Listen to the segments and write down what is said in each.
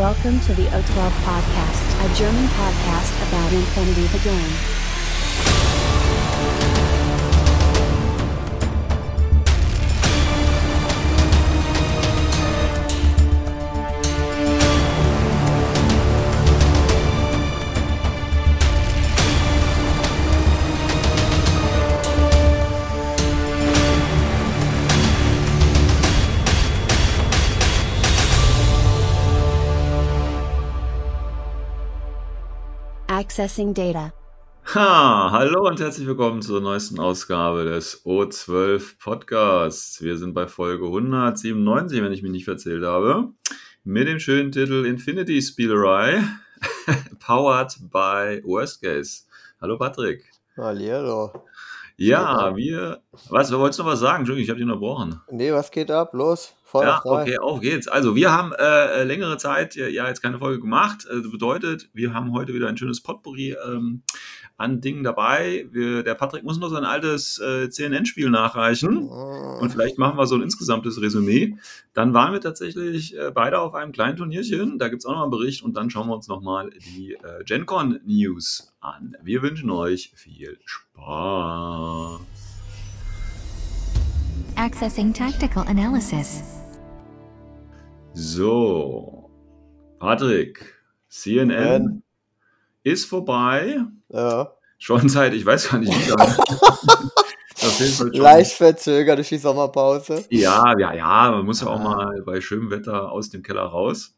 Welcome to the O12 Podcast, a German podcast about Infinity the game. Accessing Data. Hallo und herzlich willkommen zur neuesten Ausgabe des O12 Podcasts. Wir sind bei Folge 197, wenn ich mich nicht verzählt habe, mit dem schönen Titel Infinity Spielerei, powered by Worst Case. Hallo Patrick. Hallihallo. Ja, was wolltest du noch was sagen? Entschuldigung, ich habe dich unterbrochen. Nee, was geht ab? Los, Feuer Ja, frei. okay, auf geht's. Also, wir haben längere Zeit jetzt keine Folge gemacht. Das bedeutet, wir haben heute wieder ein schönes Potpourri an Dingen dabei. Der Patrick muss noch sein altes CNN-Spiel nachreichen. Und vielleicht machen wir so ein insgesamtes Resümee. Dann waren wir tatsächlich beide auf einem kleinen Turnierchen. Da gibt's auch noch einen Bericht. Und dann schauen wir uns nochmal die GenCon-News an. Wir wünschen euch viel Spaß. Accessing Tactical Analysis. So, Patrick, CNN ist vorbei. Ja. Schon seit, ich weiß gar nicht, wie lange. Auf jeden Fall schon. Leicht verzögert durch die Sommerpause. Ja, man muss ja auch mal bei schönem Wetter aus dem Keller raus.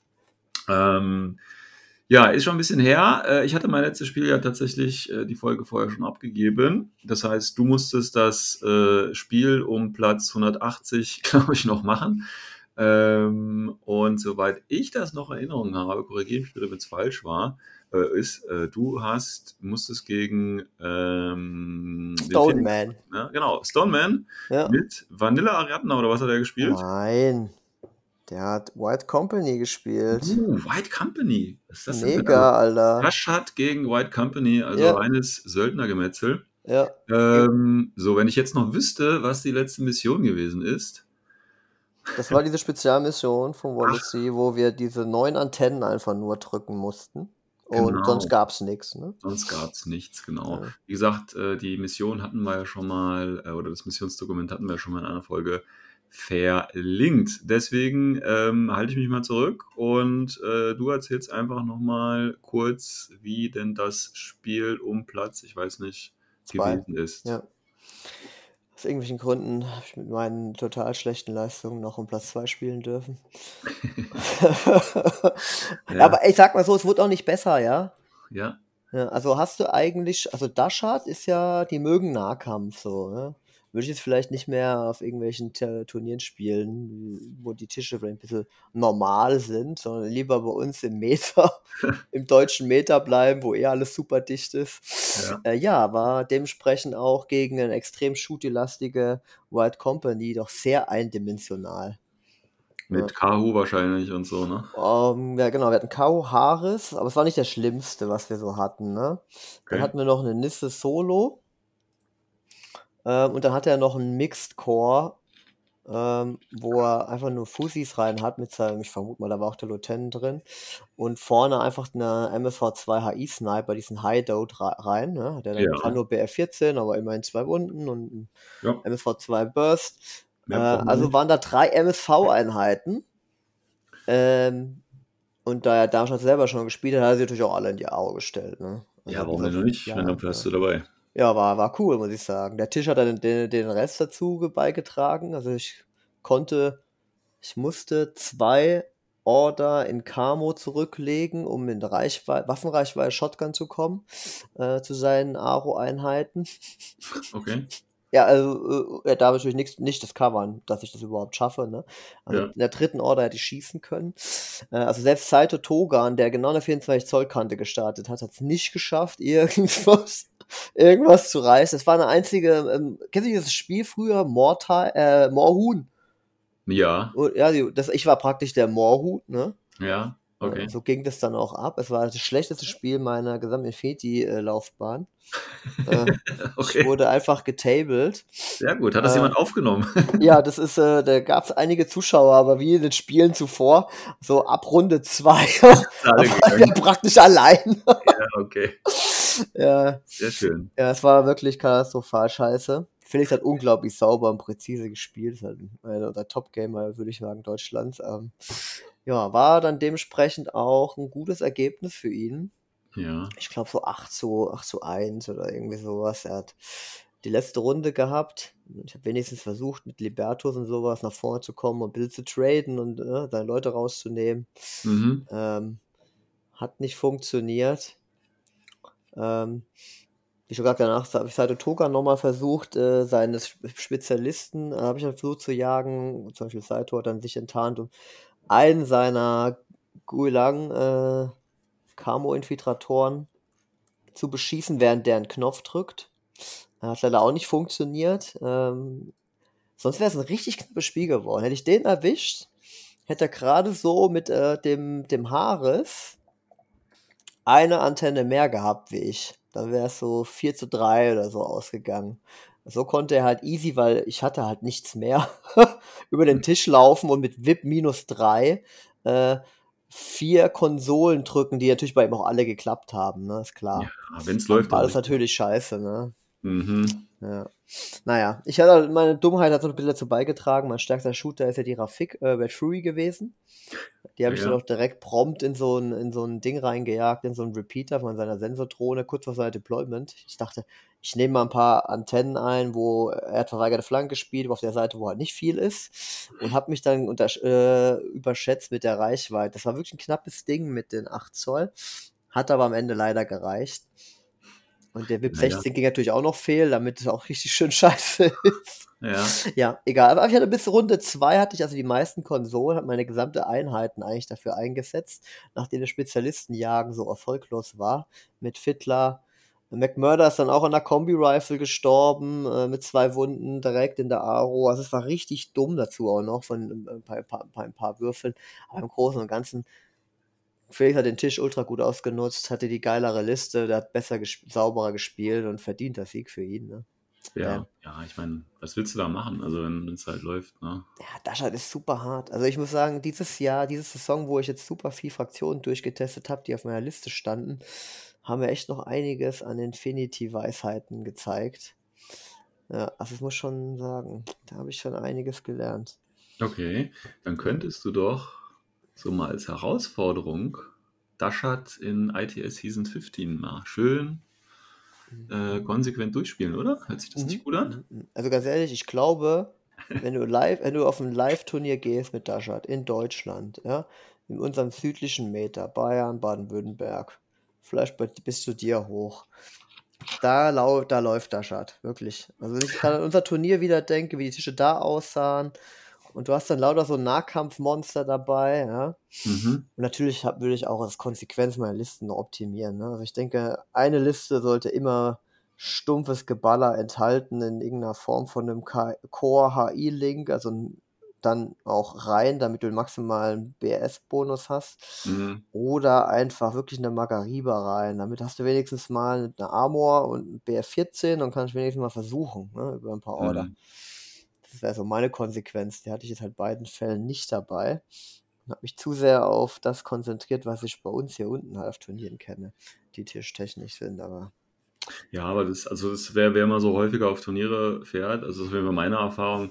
Ja, ist schon ein bisschen her. Ich hatte mein letztes Spiel ja tatsächlich die Folge vorher schon abgegeben. Das heißt, du musstest das Spiel um Platz 180, glaube ich, noch machen. Und soweit ich das noch in Erinnerung habe, korrigiere mich bitte, wenn es falsch war, du musstest gegen Stoneman. Ja, genau, Stoneman mit Vanilla Ariadna, oder was hat er gespielt? Nein, der hat White Company gespielt. White Company. Was ist das denn? Mega, Alter. Taschat gegen White Company, also reines Söldnergemetzel. Ja. So, wenn ich jetzt noch wüsste, was die letzte Mission gewesen ist. Das war diese Spezialmission von Wallacey, wo wir diese 9 Antennen einfach nur drücken mussten. Und Genau. sonst gab's nichts, ne? Sonst gab's nichts, genau. Ja. Wie gesagt, die Mission hatten wir ja schon mal, oder das Missionsdokument hatten wir ja schon mal in einer Folge verlinkt. Deswegen halte ich mich mal zurück und du erzählst einfach nochmal kurz, wie denn das Spiel um Platz, ich weiß nicht, 2 gewesen ist. Ja. Aus irgendwelchen Gründen habe ich mit meinen total schlechten Leistungen noch um Platz 2 spielen dürfen. Ja. Aber ich sag mal so, es wird auch nicht besser, ja? Ja. Ja, also hast du eigentlich, also Taschat ist ja, die mögen Nahkampf so, ne? Würde ich jetzt vielleicht nicht mehr auf irgendwelchen Turnieren spielen, wo die Tische vielleicht ein bisschen normal sind, sondern lieber bei uns im Meta, im deutschen Meta bleiben, wo alles super dicht ist. War dementsprechend auch gegen eine extrem shooty-lastige White Company doch sehr eindimensional. Mit Kahu wahrscheinlich und so, ne? Ja, genau, wir hatten Kahu Haris, aber es war nicht das Schlimmste, was wir so hatten, ne? Dann hatten wir noch eine Nisse Solo. Und dann hat er noch einen Mixed Core, wo er einfach nur Fussis rein hat mit seinem, ich vermute mal, da war auch der Lieutenant drin. Und vorne einfach eine MSV2 HI-Sniper, diesen Hideout rein. Ne? Der dann zwar nur BR-14, aber immerhin 2 Wunden und MSV2 Burst. Also waren da 3 MSV-Einheiten. Und da er Darmstadt selber schon gespielt hat, hat er sie natürlich auch alle in die Augen gestellt. Ne? Also warum denn noch nicht? Wenn dann wärst du dabei. Ja, war cool, muss ich sagen. Der Tisch hat dann den Rest dazu beigetragen. Also ich musste 2 Order in Camo zurücklegen, um in Waffenreichweite Shotgun zu kommen, zu seinen Aro-Einheiten. Okay. Ja, also er darf natürlich nicht das covern, dass ich das überhaupt schaffe. Ne? Also in der 3. Order hätte ich schießen können. Also selbst Saito Togan, der genau an der 24 Zoll Kante gestartet hat, hat es nicht geschafft, irgendwas zu reißen. Es war eine einzige, kennst du dieses Spiel früher? Moorhuhn? Ja. Ich war praktisch der Moorhuhn, ne? Ja. Okay. So ging das dann auch ab. Es war das schlechteste Spiel meiner gesamten Infinity-Laufbahn. Ich Okay. wurde einfach getabelt. Sehr gut. Hat das jemand aufgenommen? Ja, das ist, da gab es einige Zuschauer, aber wie in den Spielen zuvor, so ab Runde 2 Alle war gegangen. wir praktisch allein. Ja, okay. Ja, Sehr schön. ja, es war wirklich katastrophal scheiße. Felix hat unglaublich sauber und präzise gespielt. Ist halt einer der Top-Gamer, würde ich sagen, Deutschlands. Ja, war dann dementsprechend auch ein gutes Ergebnis für ihn. Ja. Ich glaube so 8:1 oder irgendwie sowas. Er hat die letzte Runde gehabt. Ich habe wenigstens versucht, mit Libertus und sowas nach vorne zu kommen und ein bisschen zu traden und seine Leute rauszunehmen. Mhm. Hat nicht funktioniert. Wie schon gesagt, danach habe ich Saito Toga nochmal versucht, seine Spezialisten habe ich dann versucht zu jagen. Zum Beispiel Saito hat dann sich enttarnt, um einen seiner Guilang Camo-Infiltratoren zu beschießen, während der einen Knopf drückt. Hat leider auch nicht funktioniert. Sonst wäre es ein richtig knappes Spiel geworden. Hätte ich den erwischt, hätte er gerade so mit dem Haares eine Antenne mehr gehabt wie ich. Dann wäre es so 4:3 oder so ausgegangen. So konnte er halt easy, weil ich hatte halt nichts mehr, über den Tisch laufen und mit VIP -3 4 Konsolen drücken, die natürlich bei ihm auch alle geklappt haben, ne, ist klar. Ja, wenn es läuft, War dann das natürlich scheiße, ne? Mhm. Ja. Naja, ich hatte meine Dummheit hat so ein bisschen dazu beigetragen. Mein stärkster Shooter ist ja die Rafik Red Fury gewesen. Die habe ich dann Ja. auch direkt prompt in so ein Ding reingejagt, in so einen Repeater von seiner Sensordrohne, kurz vor seinem Deployment. Ich dachte, ich nehme mal ein paar Antennen ein, wo er hat verweigerte Flanken gespielt, auf der Seite, wo halt nicht viel ist, und habe mich dann überschätzt mit der Reichweite. Das war wirklich ein knappes Ding mit den 8 Zoll, hat aber am Ende leider gereicht. Und der VIP Naja. 16 ging natürlich auch noch fehl, damit es auch richtig schön scheiße ist. Ja. Ja, egal. Aber ich hatte bis Runde 2 hatte ich also die meisten Konsolen, habe meine gesamte Einheiten eigentlich dafür eingesetzt, nachdem der Spezialistenjagen so erfolglos war. Mit Fiddler. McMurder ist dann auch an der Kombi-Rifle gestorben, mit 2 Wunden direkt in der Aro. Also es war richtig dumm dazu auch noch von ein paar Würfeln. Aber im Großen und Ganzen, Felix hat den Tisch ultra gut ausgenutzt, hatte die geilere Liste, der hat besser sauberer gespielt und verdienter Sieg für ihn, ne? Ja, ich meine, was willst du da machen? Also wenn es halt läuft, ne? Ja, Dashard ist super hart. Also ich muss sagen, diese Saison, wo ich jetzt super viel Fraktionen durchgetestet habe, die auf meiner Liste standen, haben wir echt noch einiges an Infinity-Weisheiten gezeigt. Ja, also ich muss schon sagen, da habe ich schon einiges gelernt. Okay, dann könntest du doch so mal als Herausforderung Dashard in ITS Season 15 mal schön konsequent durchspielen, oder? Hört sich das nicht gut an? Also ganz ehrlich, ich glaube, wenn du auf ein Live-Turnier gehst mit Dashard in Deutschland, ja, in unserem südlichen Meter, Bayern, Baden-Württemberg, vielleicht bis zu dir hoch, da läuft Dashard, wirklich. Also wenn ich gerade an unser Turnier wieder denke, wie die Tische da aussahen, und du hast dann lauter so Nahkampfmonster dabei, ja. Mhm. Und natürlich würde ich auch als Konsequenz meine Listen optimieren, ne? Also ich denke, eine Liste sollte immer stumpfes Geballer enthalten in irgendeiner Form von einem Core-HI-Link, also dann auch rein, damit du den maximalen BS-Bonus hast. Mhm. Oder einfach wirklich eine Magariba rein. Damit hast du wenigstens mal eine Armor und ein BF14 und kannst wenigstens mal versuchen, ne, über ein paar Order. Mhm. Das wäre so meine Konsequenz. Die hatte ich jetzt halt in beiden Fällen nicht dabei. Und habe mich zu sehr auf das konzentriert, was ich bei uns hier unten halt auf Turnieren kenne, die tischtechnisch sind, aber. Ja, aber das wäre, wer mal so häufiger auf Turniere fährt, also das wäre meine Erfahrung,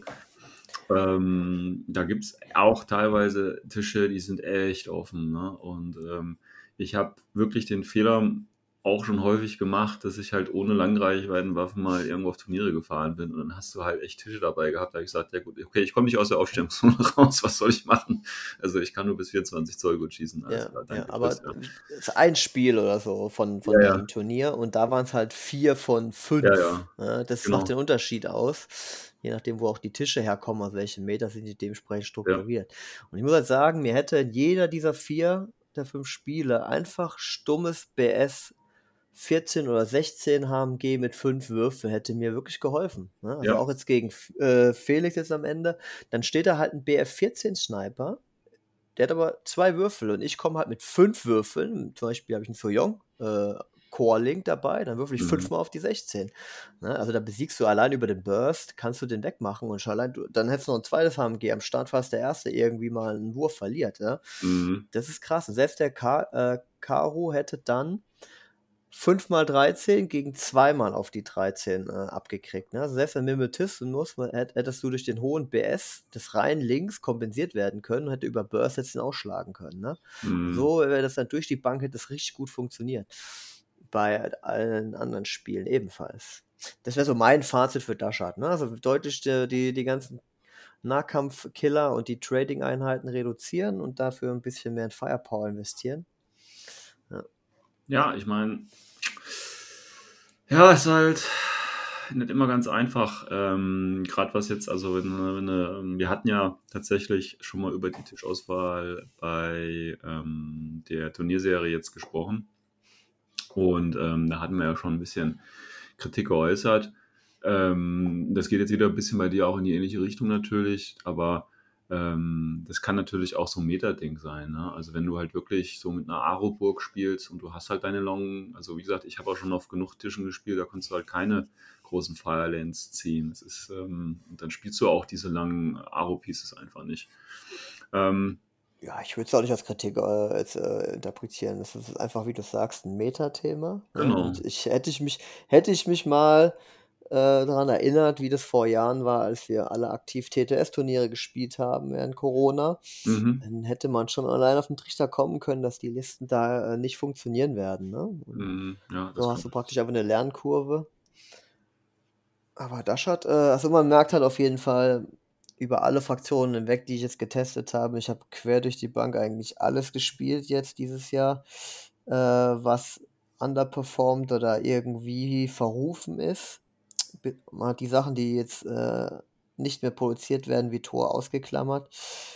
da gibt es auch teilweise Tische, die sind echt offen, ne? Und ich habe wirklich den Fehler auch schon häufig gemacht, dass ich halt ohne Langreichweitenwaffen mal irgendwo auf Turniere gefahren bin und dann hast du halt echt Tische dabei gehabt. Da habe ich gesagt, ja gut, okay, ich komme nicht aus der Aufstellungszone raus, was soll ich machen? Also ich kann nur bis 24 Zoll gut schießen. Ja, danke, aber tschüss, ja. es ist ein Spiel oder so von Ja, ja. deinem Turnier und da waren es halt 4 von 5. Ja, ja. Das Genau. macht den Unterschied aus, je nachdem, wo auch die Tische herkommen, aus welchen Meter sind die dementsprechend strukturiert. Und ich muss halt sagen, mir hätte in jeder dieser 4 der 5 Spiele einfach stummes BS 14 oder 16 HMG mit 5 Würfeln hätte mir wirklich geholfen, ne? Also Ja. auch jetzt gegen Felix jetzt am Ende, dann steht da halt ein BF 14 Sniper der hat aber 2 Würfel und ich komme halt mit 5 Würfeln. Zum Beispiel habe ich einen Soyoung Core Link dabei, dann würfel ich 5-mal auf die 16. Ne? Also da besiegst du allein über den Burst, kannst du den wegmachen und schon allein dann hättest du noch ein zweites HMG am Start, falls der erste irgendwie mal einen Wurf verliert. Ja? Das ist krass. Und selbst der Karo hätte dann 5x13 gegen 2-mal auf die 13 abgekriegt. Ne? Also selbst wenn Mimetism muss, hättest du durch den hohen BS des reinen Links kompensiert werden können und hätte über Burst jetzt den ausschlagen können. Ne? So wäre das dann durch die Bank, hätte das richtig gut funktioniert. Bei allen anderen Spielen ebenfalls. Das wäre so mein Fazit für Dashard. Ne? Also deutlich die ganzen Nahkampfkiller und die Trading-Einheiten reduzieren und dafür ein bisschen mehr in Firepower investieren. Ja, ich meine, ja, ist halt nicht immer ganz einfach. Gerade was jetzt, also wir hatten ja tatsächlich schon mal über die Tischauswahl bei der Turnierserie jetzt gesprochen. Und da hatten wir ja schon ein bisschen Kritik geäußert. Das geht jetzt wieder ein bisschen bei dir auch in die ähnliche Richtung natürlich, aber das kann natürlich auch so ein Meta-Ding sein. Ne? Also wenn du halt wirklich so mit einer Aro-Burg spielst und du hast halt deine Long, also wie gesagt, ich habe auch schon auf genug Tischen gespielt, da kannst du halt keine großen Firelands ziehen. Das ist, und dann spielst du auch diese langen Aro-Pieces einfach nicht. Ja, ich würde es auch nicht als Kritik interpretieren. Das ist einfach, wie du sagst, ein Metathema. Ne? Genau. Und hätte ich mich mal daran erinnert, wie das vor Jahren war, als wir alle aktiv TTS-Turniere gespielt haben während Corona, dann hätte man schon allein auf den Trichter kommen können, dass die Listen da nicht funktionieren werden. Ne? Ja, So hast du praktisch einfach eine Lernkurve. Aber Dashard, also man merkt halt auf jeden Fall über alle Fraktionen hinweg, die ich jetzt getestet habe. Ich habe quer durch die Bank eigentlich alles gespielt jetzt dieses Jahr, was underperformed oder irgendwie verrufen ist. Man hat die Sachen, die jetzt nicht mehr produziert werden, wie Tor ausgeklammert.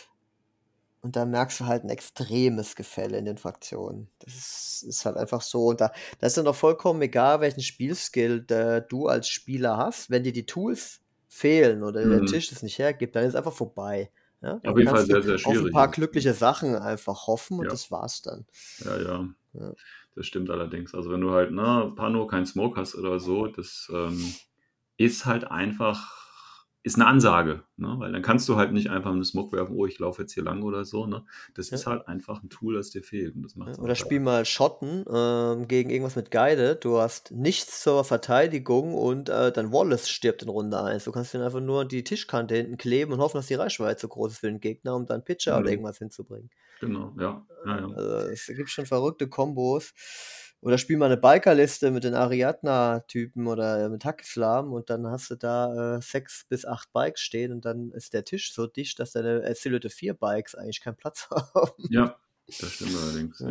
Und da merkst du halt ein extremes Gefälle in den Fraktionen. Das ist halt einfach so. Und da ist dann auch vollkommen egal, welchen Spielskill du als Spieler hast. Wenn dir die Tools fehlen oder der Tisch es nicht hergibt, dann ist es einfach vorbei. Ja? auf Dann jeden Fall kannst sehr, du sehr auf ein schwierig. paar glückliche Sachen einfach hoffen und Ja. das war's dann. Ja. Ja. Das stimmt allerdings. Also wenn du halt, Pano, kein Smoke hast oder so, das ist halt einfach, ist eine Ansage, ne? Weil dann kannst du halt nicht einfach einen Smoke werfen, oh, ich laufe jetzt hier lang oder so, ne? Das ist halt einfach ein Tool, das dir fehlt und das macht Oder spiel mal Schotten gegen irgendwas mit Guided. Du hast nichts zur Verteidigung und dann Wallace stirbt in Runde 1. Du kannst den einfach nur die Tischkante hinten kleben und hoffen, dass die Reichweite so groß ist für den Gegner, um dann Pitcher oder irgendwas hinzubringen. Genau, ja. Also es gibt schon verrückte Kombos. Oder spiel mal eine Bikerliste mit den Ariadna-Typen oder mit Hackislam und dann hast du da 6 bis 8 Bikes stehen und dann ist der Tisch so dicht, dass deine Silhouette 4 Bikes eigentlich keinen Platz haben. Ja, das stimmt allerdings.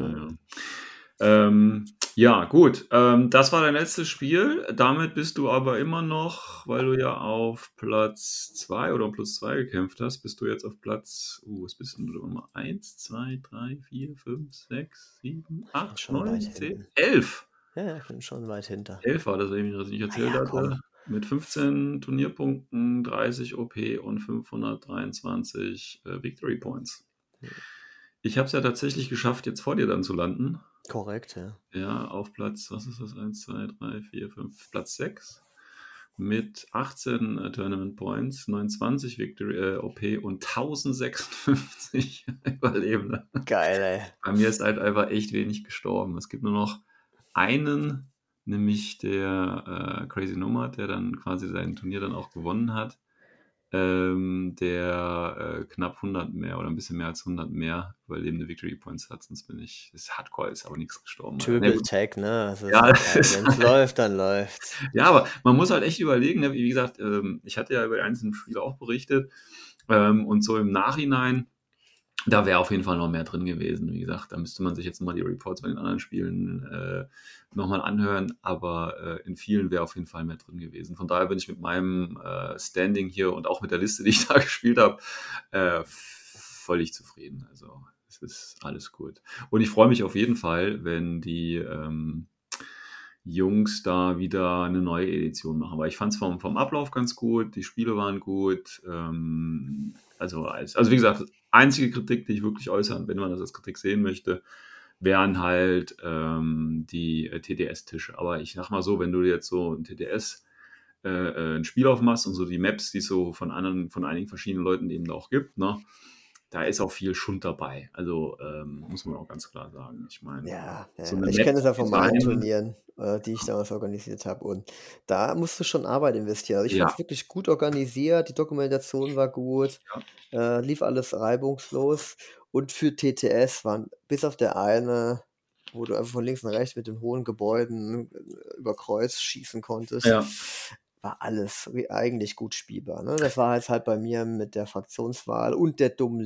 Ja, gut. Das war dein letztes Spiel. Damit bist du aber immer noch, weil du ja auf Platz 2 oder plus 2 gekämpft hast, bist du jetzt auf Platz, was bist du Nummer 1, 2, 3, 4, 5, 6, 7, 8, Schon 9, weit 10, hinten. 11. Ja, ich bin schon weit hinter. 11 war das, was ich erzählt ja, hatte. komm. Mit 15 Turnierpunkten, 30 OP und 523 Victory Points. Ich habe es ja tatsächlich geschafft, jetzt vor dir dann zu landen. Korrekt, ja. Ja, auf Platz, was ist das? 1, 2, 3, 4, 5, Platz 6. Mit 18 Tournament Points, 29 Victory OP und 1056 Überlebende. Geil, ey. Bei mir ist halt einfach echt wenig gestorben. Es gibt nur noch einen, nämlich der Crazy Nomad, der dann quasi sein Turnier dann auch gewonnen hat. Der knapp 100 mehr oder ein bisschen mehr als 100 mehr überlebende Victory Points hat, sonst bin ich, ist Hardcore, ist aber nichts gestorben. Triple Tag, ne? Also ja, wenn es läuft, dann läuft's. Ja, aber man muss halt echt überlegen, ne? Wie gesagt, ich hatte ja über die einzelnen Spiele auch berichtet und so im Nachhinein, da wäre auf jeden Fall noch mehr drin gewesen. Wie gesagt, da müsste man sich jetzt nochmal die Reports bei den anderen Spielen nochmal anhören, aber in vielen wäre auf jeden Fall mehr drin gewesen. Von daher bin ich mit meinem Standing hier und auch mit der Liste, die ich da gespielt habe, völlig zufrieden. Also es ist alles gut. Und ich freue mich auf jeden Fall, wenn die Jungs da wieder eine neue Edition machen. Weil ich fand es vom Ablauf ganz gut, die Spiele waren gut. Also wie gesagt, einzige Kritik, die ich wirklich äußern, wenn man das als Kritik sehen möchte, wären halt die TDS-Tische. Aber ich sag mal so, wenn du jetzt so ein TDS ein Spiel aufmachst und so die Maps, die es so von einigen verschiedenen Leuten eben da auch gibt, ne? Da ist auch viel Schund dabei. Also muss man auch ganz klar sagen. Ich meine, Ja, so ja. eine Ich Map kenne es ja von meinen designen, Turnieren, die ich damals organisiert habe. Und da musst du schon Arbeit investieren. Also ich fand ja, es wirklich gut organisiert, die Dokumentation war gut, lief alles reibungslos. Und für TTS waren bis auf der eine, wo du einfach von links nach rechts mit den hohen Gebäuden über Kreuz schießen konntest, ja, war alles eigentlich gut spielbar. Ne? Das war halt bei mir mit der Fraktionswahl und der dummen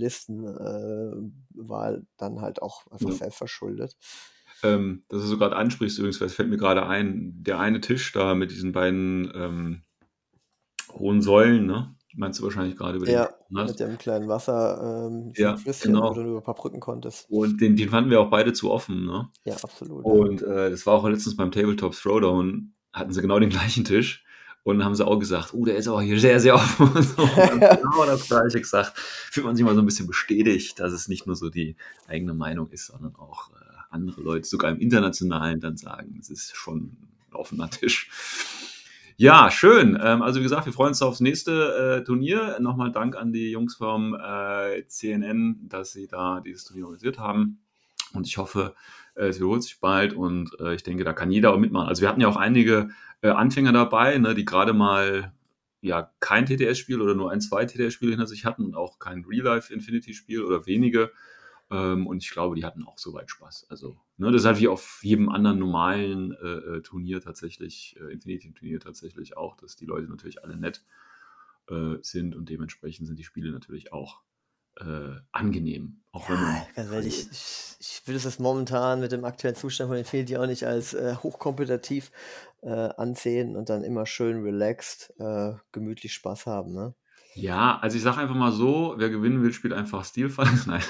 Listenwahl dann halt auch einfach ja. selbst verschuldet. Dass du so gerade ansprichst, übrigens, weil es fällt mir gerade ein, der eine Tisch da mit diesen beiden hohen Säulen, ne? Meinst du wahrscheinlich gerade, über den du Ja, gesprochen hast? mit dem kleinen Wasser, so ein Ja, Flüsschen, wo du genau. nur über ein paar Brücken konntest. Und den fanden wir auch beide zu offen, ne? Ja, absolut. Ja. Und das war auch letztens beim Tabletop Throwdown, hatten sie genau den gleichen Tisch. Und dann haben sie auch gesagt, der ist aber hier sehr, sehr offen. Und so. Und dann genau das Gleiche gesagt. Fühlt man sich mal so ein bisschen bestätigt, dass es nicht nur so die eigene Meinung ist, sondern auch andere Leute, sogar im Internationalen, dann sagen, es ist schon ein offener Tisch. Ja, schön. Also wie gesagt, wir freuen uns aufs nächste Turnier. Nochmal Dank an die Jungs vom CNN, dass sie da dieses Turnier organisiert haben. Und ich hoffe, es wiederholt sich bald und ich denke, da kann jeder auch mitmachen. Also wir hatten ja auch einige Anfänger dabei, ne, die gerade mal kein TTS-Spiel oder nur 1, 2 TTS-Spiele hinter sich hatten und auch kein Real-Life-Infinity-Spiel oder wenige. Und ich glaube, die hatten auch soweit Spaß. Also, ne, das ist halt wie auf jedem anderen normalen Turnier tatsächlich, Infinity-Turnier tatsächlich auch, dass die Leute natürlich alle nett sind und dementsprechend sind die Spiele natürlich auch angenehm. Auch wenn man Ganz ehrlich, ich will das momentan mit dem aktuellen Zustand von Infinity auch nicht als hochkompetitiv ansehen und dann immer schön relaxed, gemütlich Spaß haben, ne? Ja, also ich sage einfach mal so, wer gewinnen will, spielt einfach Stilphalanx. Nein.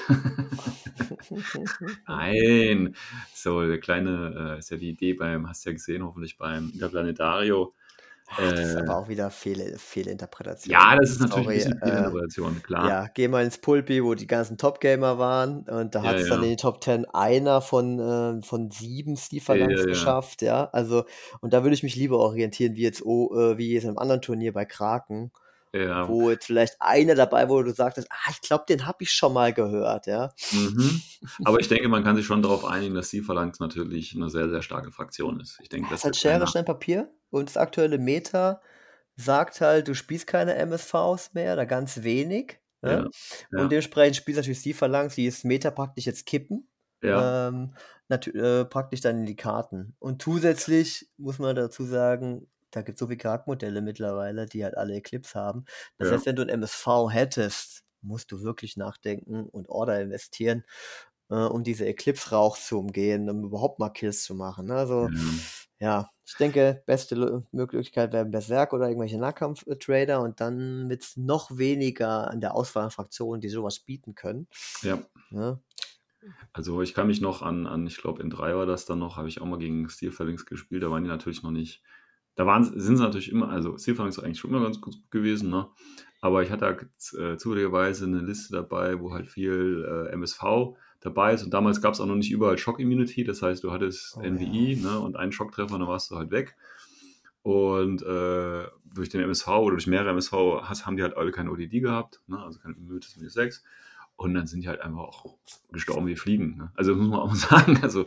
Nein. So, der kleine, ist ja die Idee hast du ja gesehen, hoffentlich beim Interplanetario. Das ist aber auch wieder Fehlinterpretation. Ja, das ist natürlich ein Sorry, bisschen Fehlinterpretation, klar. ja, geh mal ins Pulpi, wo die ganzen Top-Gamer waren und da Ja, hat es dann ja. in die Top 10 einer von 7 Steve-Phalanx Ja. geschafft, ja. Also, und da würde ich mich lieber orientieren, wie jetzt in einem anderen Turnier bei Kraken, Ja. wo jetzt vielleicht einer dabei, wo du sagtest, ich glaube, den habe ich schon mal gehört, ja. Mhm. Aber ich denke, man kann sich schon darauf einigen, dass Stilphalanx natürlich eine sehr, sehr starke Fraktion ist. Ich denke, Es ist das halt wird Schere, keiner. Stein, Papier und das aktuelle Meta sagt halt, du spielst keine MSVs mehr oder ganz wenig, Ja, ne? Und ja, dementsprechend spielst du natürlich Steve-Phalanx, die das Meta praktisch jetzt kippen, ja, praktisch dann in die Karten. Und zusätzlich muss man dazu sagen, da gibt es so viele Charaktermodelle mittlerweile, die halt alle Eclipse haben. Das ja. heißt, wenn du ein MSV hättest, musst du wirklich nachdenken und Order investieren, um diese Eclipse-Rauch zu umgehen, um überhaupt mal Kills zu machen. Ne? Also, ja, ich denke, beste Möglichkeit wären Berserk oder irgendwelche Nahkampf-Trader und dann wird es noch weniger an der Auswahl an Fraktionen, die sowas bieten können. Ja. Ne? Also ich kann mich noch an ich glaube in 3 war das dann noch, habe ich auch mal gegen Stilphalanx gespielt, da waren die natürlich noch nicht, sind sie natürlich immer, also Stilphalanx ist eigentlich schon immer ganz gut gewesen, ne? Aber ich hatte da zufälligerweise eine Liste dabei, wo halt viel MSV dabei ist und damals gab es auch noch nicht überall Shock Immunity, das heißt, du hattest NVI, ne, und einen Schocktreffer, dann warst du halt weg. Und durch den MSV oder durch mehrere MSV haben die halt alle keine ODD gehabt, ne? Also kein Immunities minus 6. Und dann sind die halt einfach auch gestorben wie Fliegen. Ne? Also das muss man auch mal sagen. Also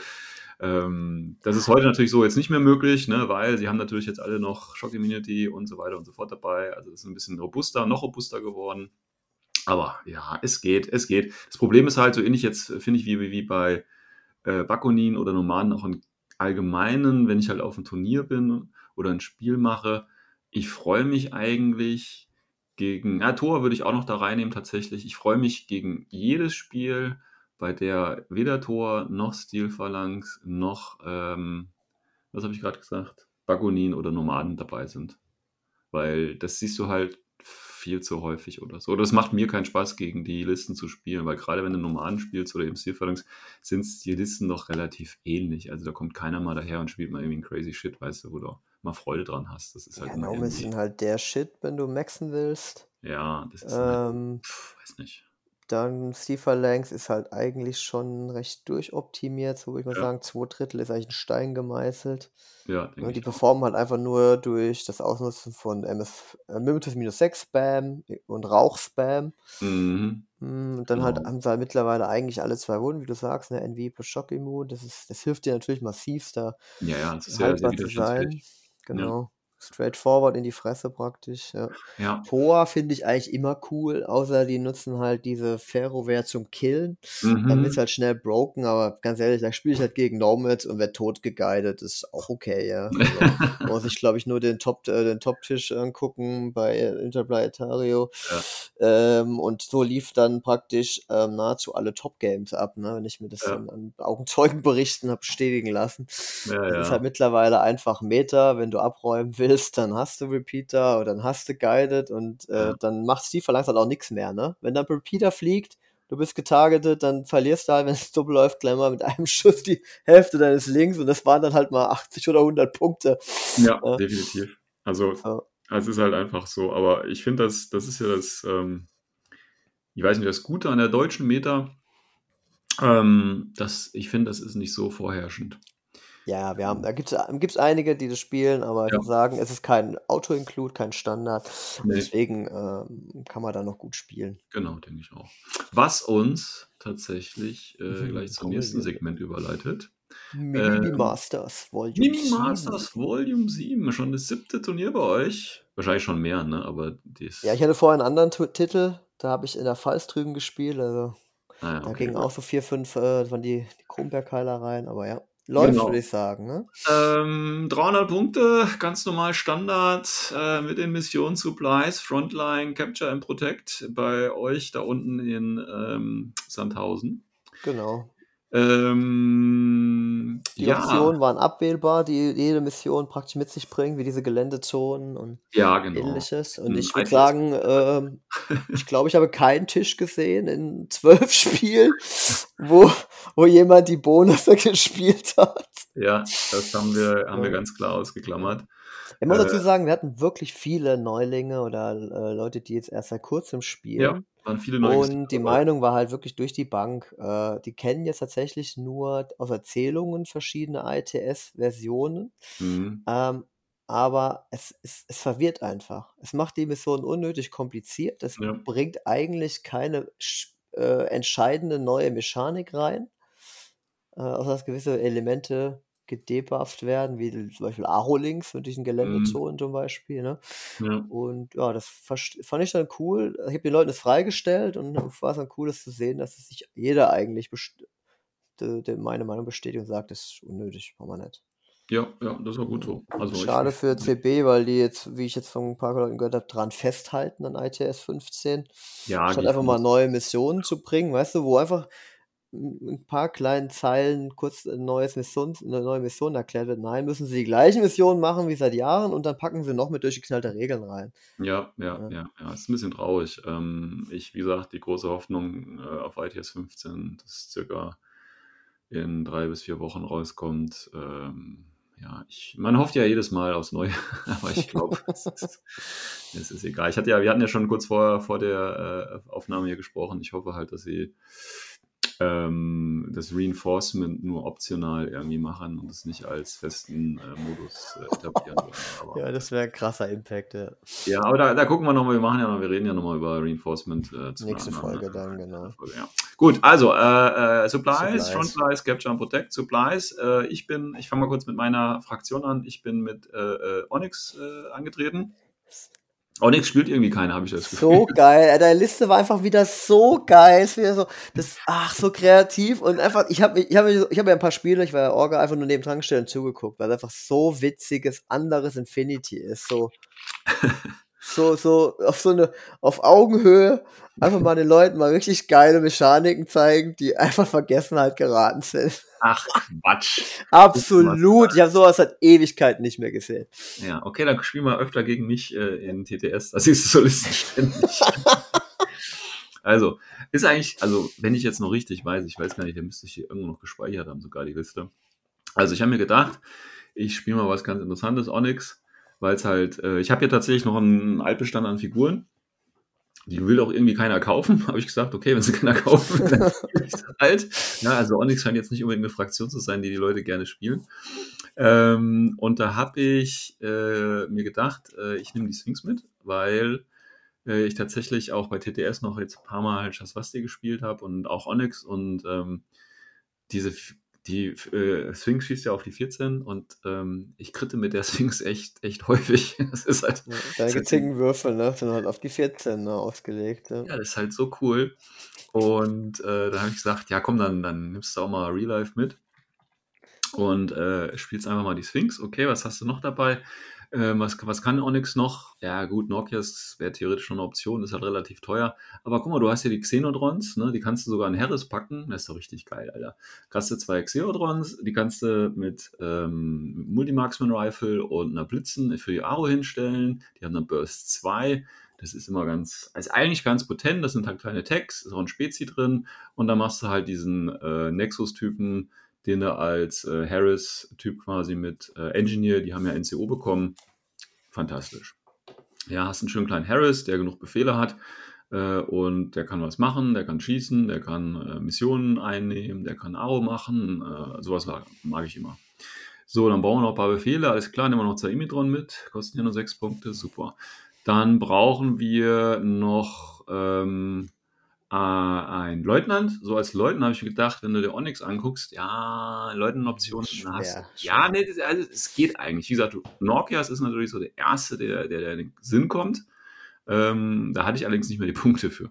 das ist heute natürlich so jetzt nicht mehr möglich, ne? Weil sie haben natürlich jetzt alle noch Shock Immunity und so weiter und so fort dabei. Also das ist ein bisschen noch robuster geworden. Aber ja, es geht. Das Problem ist halt so ähnlich jetzt, finde ich, wie bei Bakunin oder Nomaden auch im Allgemeinen, wenn ich halt auf einem Turnier bin oder ein Spiel mache, ich freue mich eigentlich Tor würde ich auch noch da reinnehmen tatsächlich. Ich freue mich gegen jedes Spiel, bei der weder Tor noch Stilphalanx noch, was habe ich gerade gesagt, Bakunin oder Nomaden dabei sind. Weil das siehst du halt viel zu häufig oder so. Das macht mir keinen Spaß, gegen die Listen zu spielen, weil gerade wenn du Nomaden spielst oder eben Steel-Phalanx, sind die Listen doch relativ ähnlich. Also da kommt keiner mal daher und spielt mal irgendwie einen crazy Shit, weißt du, wo du mal Freude dran hast. Das ist halt Ja, immer Nomads irgendwie, sind halt der Shit, wenn du maxen willst. ja, das ist halt, Ähm, weiß nicht. Dann Steel-Phalanx ist halt eigentlich schon recht durchoptimiert, so würde ich mal Ja, sagen. 2/3 ist eigentlich in Stein gemeißelt. ja, Ne, denke die ich auch. performen halt einfach nur durch das Ausnutzen von Mimetism-6-Spam und Rauch-Spam. Mhm, Und dann halt genau. haben sie halt mittlerweile eigentlich alle 2 Wunden, wie du sagst, ne? NV plus Schockimmun. Das hilft dir natürlich massiv, da Ja, es ist sehr, sehr haltbar zu sein. widerstandsfähig. Ja, Genau. Straightforward in die Fresse praktisch, ja. ja. Poa finde ich eigentlich immer cool, außer die nutzen halt diese Ferroware zum Killen. Dann wird's Mhm. halt schnell broken, aber ganz ehrlich, da spiele ich halt gegen Nomads und werde tot geguidet, ist auch okay, ja. Also, man muss sich, glaube ich, nur den Top-Tisch angucken bei Interplanetario. Ja, Und so lief dann praktisch nahezu alle Top-Games ab, ne? Wenn ich mir das ja, an Augenzeugenberichten habe bestätigen lassen. ja, Das ist halt ja, mittlerweile einfach Meta. Wenn du abräumen willst, dann hast du Repeater oder dann hast du Guided und ja. dann macht Steve langsam auch nichts mehr, ne? Wenn dann Repeater fliegt, du bist getargetet, dann verlierst du halt, wenn es doppelt läuft, gleich mal mit einem Schuss die Hälfte deines Links und das waren dann halt mal 80 oder 100 Punkte. Ja, Ja, definitiv. Also, so. es ist halt einfach so. Aber ich finde, das ist ja das, ich weiß nicht, das Gute an der deutschen Meta, ich finde, das ist nicht so vorherrschend. Ja, da gibt's einige, die das spielen, aber ich Ja, würde sagen, es ist kein Auto-Include, kein Standard und nee, deswegen kann man da noch gut spielen. genau, denke ich auch. Was uns tatsächlich gleich zum nächsten Trommelwirbel. Segment überleitet. Mimimi Ähm, Masters Volume Mimi 7. Masters Volume 7, schon das 7. Turnier bei euch. Wahrscheinlich schon mehr, ne? Aber Ja, ich das. hatte vorher einen anderen Titel, da habe ich in der Pfalz drüben gespielt, also Ah ja, da okay, gingen gut. auch so 4, 5, das waren die Kronberg-Heiler rein, aber ja, läuft, würde Genau. ich sagen, ne? 300 Punkte, ganz normal Standard mit den Missionen Supplies, Frontline, Capture and Protect bei euch da unten in Sandhausen. Genau. Die Ja, Optionen waren abwählbar, die jede Mission praktisch mit sich bringt, wie diese Geländezonen und ja, genau. Ähnliches. Und Ein ich würde ITS. sagen, ich glaube, ich habe keinen Tisch gesehen in 12 Spielen, wo, wo jemand die Bonusse gespielt hat. Ja, das haben wir Ja. ganz klar ausgeklammert. Ich muss Äh, dazu sagen, wir hatten wirklich viele Neulinge oder Leute, die jetzt erst seit kurzem ja, spielen. waren viele neue Und Gesichter die dabei. Meinung war halt wirklich durch die Bank. Die kennen jetzt tatsächlich nur aus Erzählungen verschiedene ITS-Versionen. Mhm. Ähm, aber es verwirrt einfach. Es macht die Mission unnötig kompliziert. Es Ja, bringt eigentlich keine entscheidende neue Mechanik rein, außer dass gewisse Elemente gedebufft werden, wie zum Beispiel Aero-Links mit diesen mhm. Geländezonen zum Beispiel, ne? Ja, Und ja, das fand ich dann cool. Ich habe den Leuten das freigestellt und dann war es dann cool, das zu sehen, dass es sich jeder eigentlich meine Meinung bestätigt und sagt, das ist unnötig, brauchen wir nicht. ja, ja, das war gut so. Also Schade für CB, weil die jetzt, wie ich jetzt von ein paar Leuten gehört habe, dran festhalten an ITS 15. ja, gehe Statt ich einfach von mal aus. neue Missionen zu bringen, weißt du, wo einfach ein paar kleinen Zeilen kurz eine neue Mission erklärt wird. Nein, müssen sie die gleichen Missionen machen wie seit Jahren und dann packen sie noch mit durchgeknallte Regeln rein. Ja, ja, Ja. ja, ja, ist ein bisschen traurig. Wie gesagt, die große Hoffnung auf ITS 15, das circa in 3 bis 4 Wochen rauskommt. Ja, man hofft ja jedes Mal aufs Neue, aber ich glaube, es ist egal. Wir hatten ja schon kurz vor der Aufnahme hier gesprochen. Ich hoffe halt, dass sie das Reinforcement nur optional irgendwie machen und es nicht als festen Modus etablieren wollen. Aber Ja, das wäre ein krasser Impact, ja. ja, aber da gucken wir nochmal, wir reden ja nochmal über Reinforcement zu einer Nächste anderen Folge dann, genau. Folge, ja. Gut, also Supplies, Supplies. Frontlies, Capture and Protect, Supplies. Ich fange mal kurz mit meiner Fraktion an. Ich bin mit Onyx angetreten. Onyx spielt irgendwie keiner, habe ich das Gefühl. So geil. Deine Liste war einfach wieder so geil. Es wieder so, so kreativ und einfach, ich hab ja ein paar Spiele, ich war ja Orga, einfach nur nebendran gestellt und zugeguckt, weil es einfach so witziges, anderes Infinity ist. So so auf Augenhöhe einfach mal den Leuten mal richtig geile Mechaniken zeigen, die einfach Vergessenheit geraten sind. Ach, Quatsch. Absolut. Ich habe sowas seit Ewigkeiten nicht mehr gesehen. Ja, okay, dann spiel mal öfter gegen mich in TTS. Das ist so Listen ständig. Also, ist eigentlich, also, wenn ich jetzt noch richtig weiß, ich weiß gar nicht, der müsste ich hier irgendwo noch gespeichert haben, sogar die Liste. Also, ich habe mir gedacht, ich spiele mal was ganz Interessantes, Onyx, weil es halt, ich habe hier tatsächlich noch einen Altbestand an Figuren. Die will auch irgendwie keiner kaufen. Habe ich gesagt, okay, wenn sie keiner kaufen, dann spiele ich es halt. Ja, also Onyx scheint jetzt nicht unbedingt eine Fraktion zu sein, die die Leute gerne spielen. Und da habe ich mir gedacht, ich nehme die Sphinx mit, weil ich tatsächlich auch bei TTS noch jetzt ein paar Mal halt Shaswasti gespielt habe und auch Onyx und die Sphinx schießt ja auf die 14 und ich kritte mit der Sphinx echt häufig. Das ist halt, Deine ist halt gezinkten Würfel, ne, sind halt auf die 14 ausgelegt. Ja. ja, das ist halt so cool. Und da habe ich gesagt, ja komm, dann nimmst du auch mal Real Life mit und spielst einfach mal die Sphinx. Okay, was hast du noch dabei? Was kann Onyx noch? Ja gut, Nokias wäre theoretisch schon eine Option, ist halt relativ teuer. Aber guck mal, du hast ja die Xenodrons, ne? Die kannst du sogar in Harris packen. Das ist doch richtig geil, Alter. Hast du 2 Xenodrons, die kannst du mit Multimarksman Rifle und einer Blitzen für die Aro hinstellen. Die haben dann Burst 2. Das ist immer also eigentlich ganz potent. Das sind halt kleine Tags, ist auch ein Spezi drin. Und dann machst du halt diesen Nexus-Typen, den du als Harris-Typ quasi mit Engineer, die haben ja NCO bekommen. Fantastisch. Ja, hast einen schönen kleinen Harris, der genug Befehle hat und der kann was machen, der kann schießen, der kann Missionen einnehmen, der kann Aro machen, sowas mag ich immer. So, dann bauen wir noch ein paar Befehle, alles klar, nehmen wir noch Zaimitron mit, kosten ja nur 6 Punkte, super. Dann brauchen wir noch ein Leutnant. So als Leutnant habe ich mir gedacht, wenn du dir Onyx anguckst, ja, Leutnant-Optionen hast. Ja, nee, also es geht eigentlich. Wie gesagt, Norkias ist natürlich so der Erste, der in den Sinn kommt. Da hatte ich allerdings nicht mehr die Punkte für.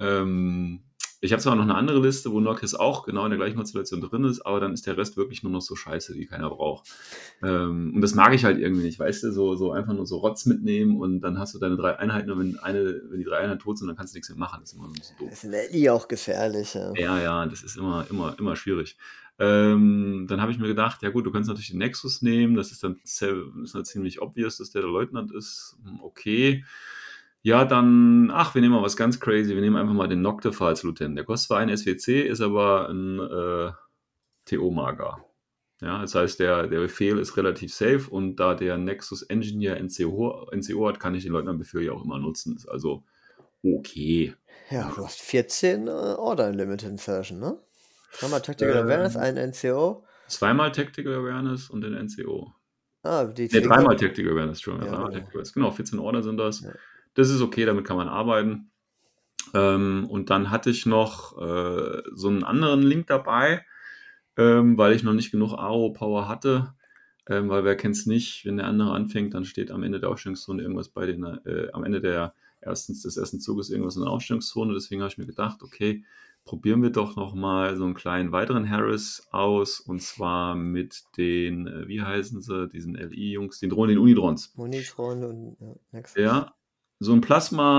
Ich habe zwar noch eine andere Liste, wo Norkias auch genau in der gleichen Konstellation drin ist, aber dann ist der Rest wirklich nur noch so Scheiße, die keiner braucht. Und das mag ich halt irgendwie nicht, weißt du, so einfach nur so Rotz mitnehmen und dann hast du deine 3 Einheiten und wenn die 3 Einheiten tot sind, dann kannst du nichts mehr machen. Das ist immer so doof. Das ist ja auch gefährlich. Ja, das ist immer schwierig. Dann habe ich mir gedacht, ja gut, du kannst natürlich den Nexus nehmen, das ist dann ziemlich obvious, dass der Leutnant ist. Okay. Ja, dann, wir nehmen mal was ganz crazy. Wir nehmen einfach mal den Noctifer als Lieutenant. Der kostet zwar ein SWC, ist aber ein TO-Mager. Ja, das heißt, der Befehl ist relativ safe und da der Nexus Engineer NCO hat, kann ich den Leutnant-Befehl ja auch immer nutzen. Ist also okay. Ja, du hast 14 Order in Limited Insertion, ne? 3-mal Tactical Awareness, ein NCO. 2-mal Tactical Awareness und den NCO. Die 3-mal Tactical Awareness, schon. Ja, 3-mal genau. Tactical Awareness. Genau, 14 Order sind das. Ja. Das ist okay, damit kann man arbeiten. Und dann hatte ich noch so einen anderen Link dabei, weil ich noch nicht genug Aro-Power hatte. Weil wer kennt es nicht, wenn der andere anfängt, dann steht am Ende der Aufstellungszone irgendwas am Ende des ersten Zuges irgendwas in der Aufstellungszone. Deswegen habe ich mir gedacht, okay, probieren wir doch nochmal so einen kleinen weiteren Harris aus. Und zwar mit den, wie heißen sie, diesen LI-Jungs, den Unidrons. Unitron und Nexus. Ja, so ein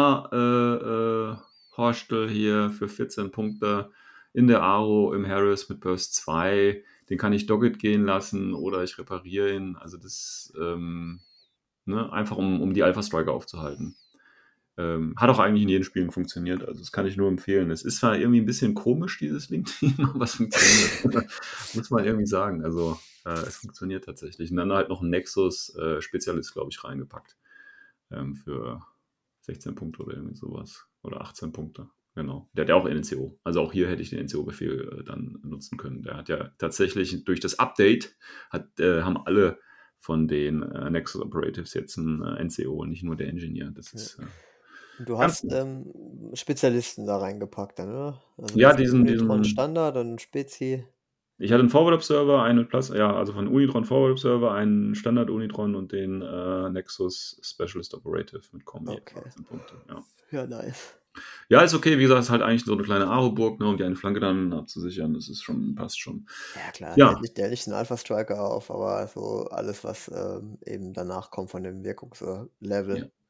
Plasma-Horstel hier für 14 Punkte in der Aro im Harris mit Burst 2. Den kann ich Dogged gehen lassen oder ich repariere ihn. Also das, einfach um die Alpha-Striker aufzuhalten. Hat auch eigentlich in jedem Spielen funktioniert. Also das kann ich nur empfehlen. Es ist zwar irgendwie ein bisschen komisch, dieses Link-Team, aber es funktioniert. Muss man irgendwie sagen. Also es funktioniert tatsächlich. Und dann halt noch ein Nexus-Spezialist, glaube ich, reingepackt. Für 16 Punkte oder irgendwie sowas. Oder 18 Punkte. Genau. Der hat ja auch NCO. Also auch hier hätte ich den NCO-Befehl dann nutzen können. Der hat ja tatsächlich durch das Update haben alle von den Nexus Operatives jetzt ein NCO und nicht nur der Engineer. Das ist. Du hast Spezialisten da reingepackt, dann, oder? Also ja, diesen Standard und Spezi. Ich hatte einen Forward Observer, also von Unitron Forward Observer, einen Standard Unitron und den Nexus Specialist Operative mit Kombi. Okay. 18 Punkte, ja. Ja, nice. Ja, ist okay. Wie gesagt, ist halt eigentlich so eine kleine Aro-Burg, ne, um die eine Flanke dann abzusichern. Das ist passt schon. Ja, klar. Ja. Der hält nicht einen Alpha-Striker auf, aber so alles, was eben danach kommt von dem Wirkungslevel,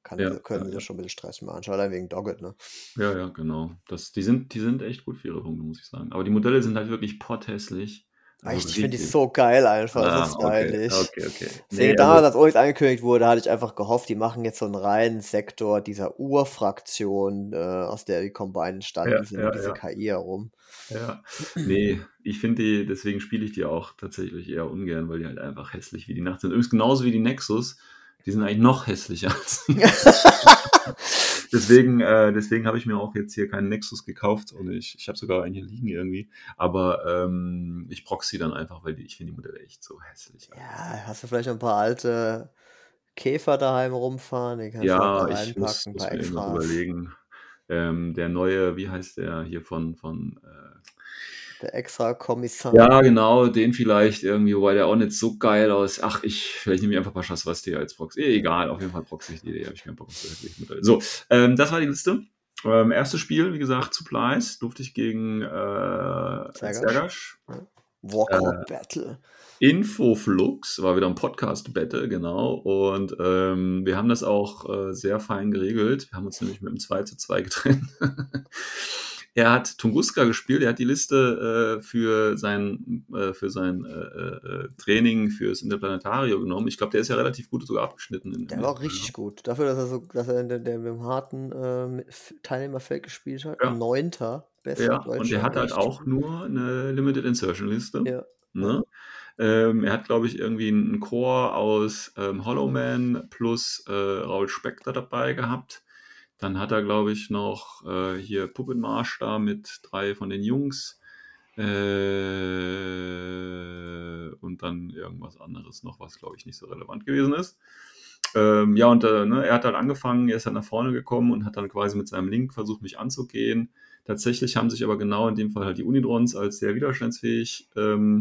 können sie schon ein bisschen Stress machen. Schon allein wegen Doggett, ne? Ja, genau. Die sind echt gut für ihre Punkte, muss ich sagen. Aber die Modelle sind halt wirklich potthässlich. Also Ich finde die richtig. so geil einfach, so Okay. stylisch. Nee, Deswegen damals, als Onyx angekündigt wurde, hatte ich einfach gehofft, die machen jetzt so einen reinen Sektor dieser Urfraktion, aus der die Combine entstanden sind, um diese KI herum. Ja. Nee, ich finde die, deswegen spiele ich die auch tatsächlich eher ungern, weil die halt einfach hässlich wie die Nacht sind. Übrigens genauso wie die Nexus, die sind eigentlich noch hässlicher als die. Deswegen habe ich mir auch jetzt hier keinen Nexus gekauft und ich habe sogar einen hier liegen irgendwie. Aber ich proxy dann einfach, weil ich finde die Modelle echt so hässlich. Ja, hast du vielleicht noch ein paar alte Käfer daheim rumfahren? Die kannst du auch Ja, da ich muss reinpacken, ein paar mir irgendwas Extras. überlegen. Der neue, wie heißt der hier von Der extra Kommissar. ja, genau, den vielleicht irgendwie, wobei der auch nicht so geil aus. Ach, vielleicht nehme ich einfach Paschas Swastika als Proxy. Egal, auf jeden Fall proxy ich die habe ich keinen Bock auf so hässliche Modelle. So, das war die Liste. Erstes Spiel, wie gesagt, Supplies, durfte ich gegen Zergash. Warcraft Battle. Infoflux war wieder ein Podcast-Battle, genau. Und wir haben das auch sehr fein geregelt. Wir haben uns nämlich mit einem 2:2 getrennt. Er hat Tunguska gespielt, er hat die Liste für sein Training fürs Interplanetario genommen. Ich glaube, der ist ja relativ gut sogar abgeschnitten. Der war auch richtig gut. Dafür, dass er mit dem harten Teilnehmerfeld gespielt hat. Ja. 9. Bester Ja, Deutscher. und der hat halt auch nur eine Limited Insertion Liste. Ja. Ne? Er hat, glaube ich, irgendwie einen Core aus Hollow Man plus Raoul Spectre dabei gehabt. Dann hat er, glaube ich, noch hier Puppenmarsch da mit 3 von den Jungs. Und dann irgendwas anderes noch, was, glaube ich, nicht so relevant gewesen ist. Er hat halt angefangen, er ist halt nach vorne gekommen und hat dann quasi mit seinem Link versucht, mich anzugehen. Tatsächlich haben sich aber genau in dem Fall halt die Unidrons als sehr widerstandsfähig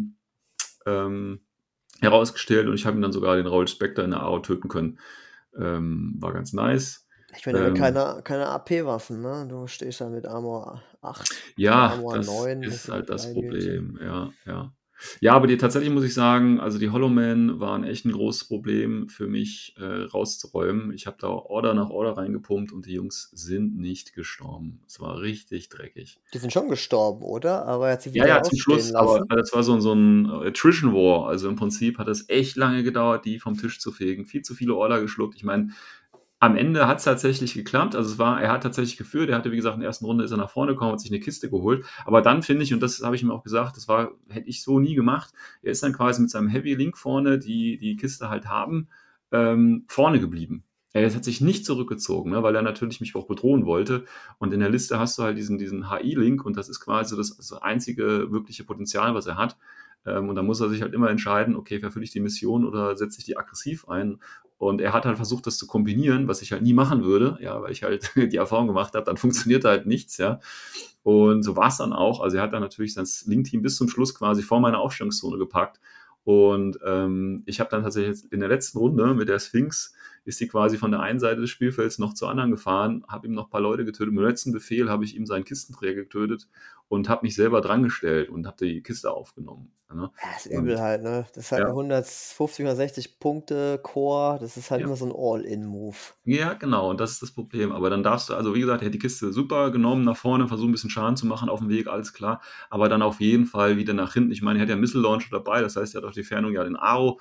herausgestellt und ich habe ihn dann sogar den Raoul Spectre in der AO töten können. War ganz nice. Ich meine, keine AP-Waffen, ne? Du stehst da mit Armor 8. Ja, Armor das 9, ist halt das Kleinmütig. Problem. Ja. Ja, aber tatsächlich muss ich sagen, also die Hollow Men waren echt ein großes Problem für mich rauszuräumen. Ich habe da Order nach Order reingepumpt und die Jungs sind nicht gestorben. Es war richtig dreckig. Die sind schon gestorben, oder? Aber er hat sie wieder Ja, zum Schluss, lassen. aber das war so ein Attrition War. Also im Prinzip hat es echt lange gedauert, die vom Tisch zu fegen. Viel zu viele Order geschluckt. Ich meine, am Ende hat es tatsächlich geklappt. Also er hat tatsächlich geführt. Er hatte, wie gesagt, in der ersten Runde ist er nach vorne gekommen, hat sich eine Kiste geholt. Aber dann finde ich, und das habe ich ihm auch gesagt, hätte ich so nie gemacht. Er ist dann quasi mit seinem Heavy Link vorne, die Kiste halt haben, vorne geblieben. Er hat sich nicht zurückgezogen, ne, weil er natürlich mich auch bedrohen wollte. Und in der Liste hast du halt diesen HI-Link und das ist quasi das einzige wirkliche Potenzial, was er hat. Und da muss er sich halt immer entscheiden, okay, verfülle ich die Mission oder setze ich die aggressiv ein? Und er hat halt versucht, das zu kombinieren, was ich halt nie machen würde, ja, weil ich halt die Erfahrung gemacht habe, dann funktioniert halt nichts, ja. Und so war es dann auch. Also er hat dann natürlich sein Link-Team bis zum Schluss quasi vor meine Aufstellungszone gepackt. Und ich habe dann tatsächlich in der letzten Runde mit der Sphinx ist die quasi von der einen Seite des Spielfelds noch zur anderen gefahren, habe ihm noch ein paar Leute getötet. Im letzten Befehl habe ich ihm seinen Kistenträger getötet und habe mich selber dran gestellt und habe die Kiste aufgenommen. Ne? Ja, ist übel halt, ne? Das ist halt eine 150, 160 Punkte Core. Das ist halt immer so ein All-In-Move. Ja, genau, und das ist das Problem. Aber dann darfst du, also wie gesagt, er hat die Kiste super genommen, nach vorne, versucht ein bisschen Schaden zu machen auf dem Weg, alles klar. Aber dann auf jeden Fall wieder nach hinten. Ich meine, er hat ja Missile Launcher dabei, das heißt, er hat auf die Fernung ja den Aro.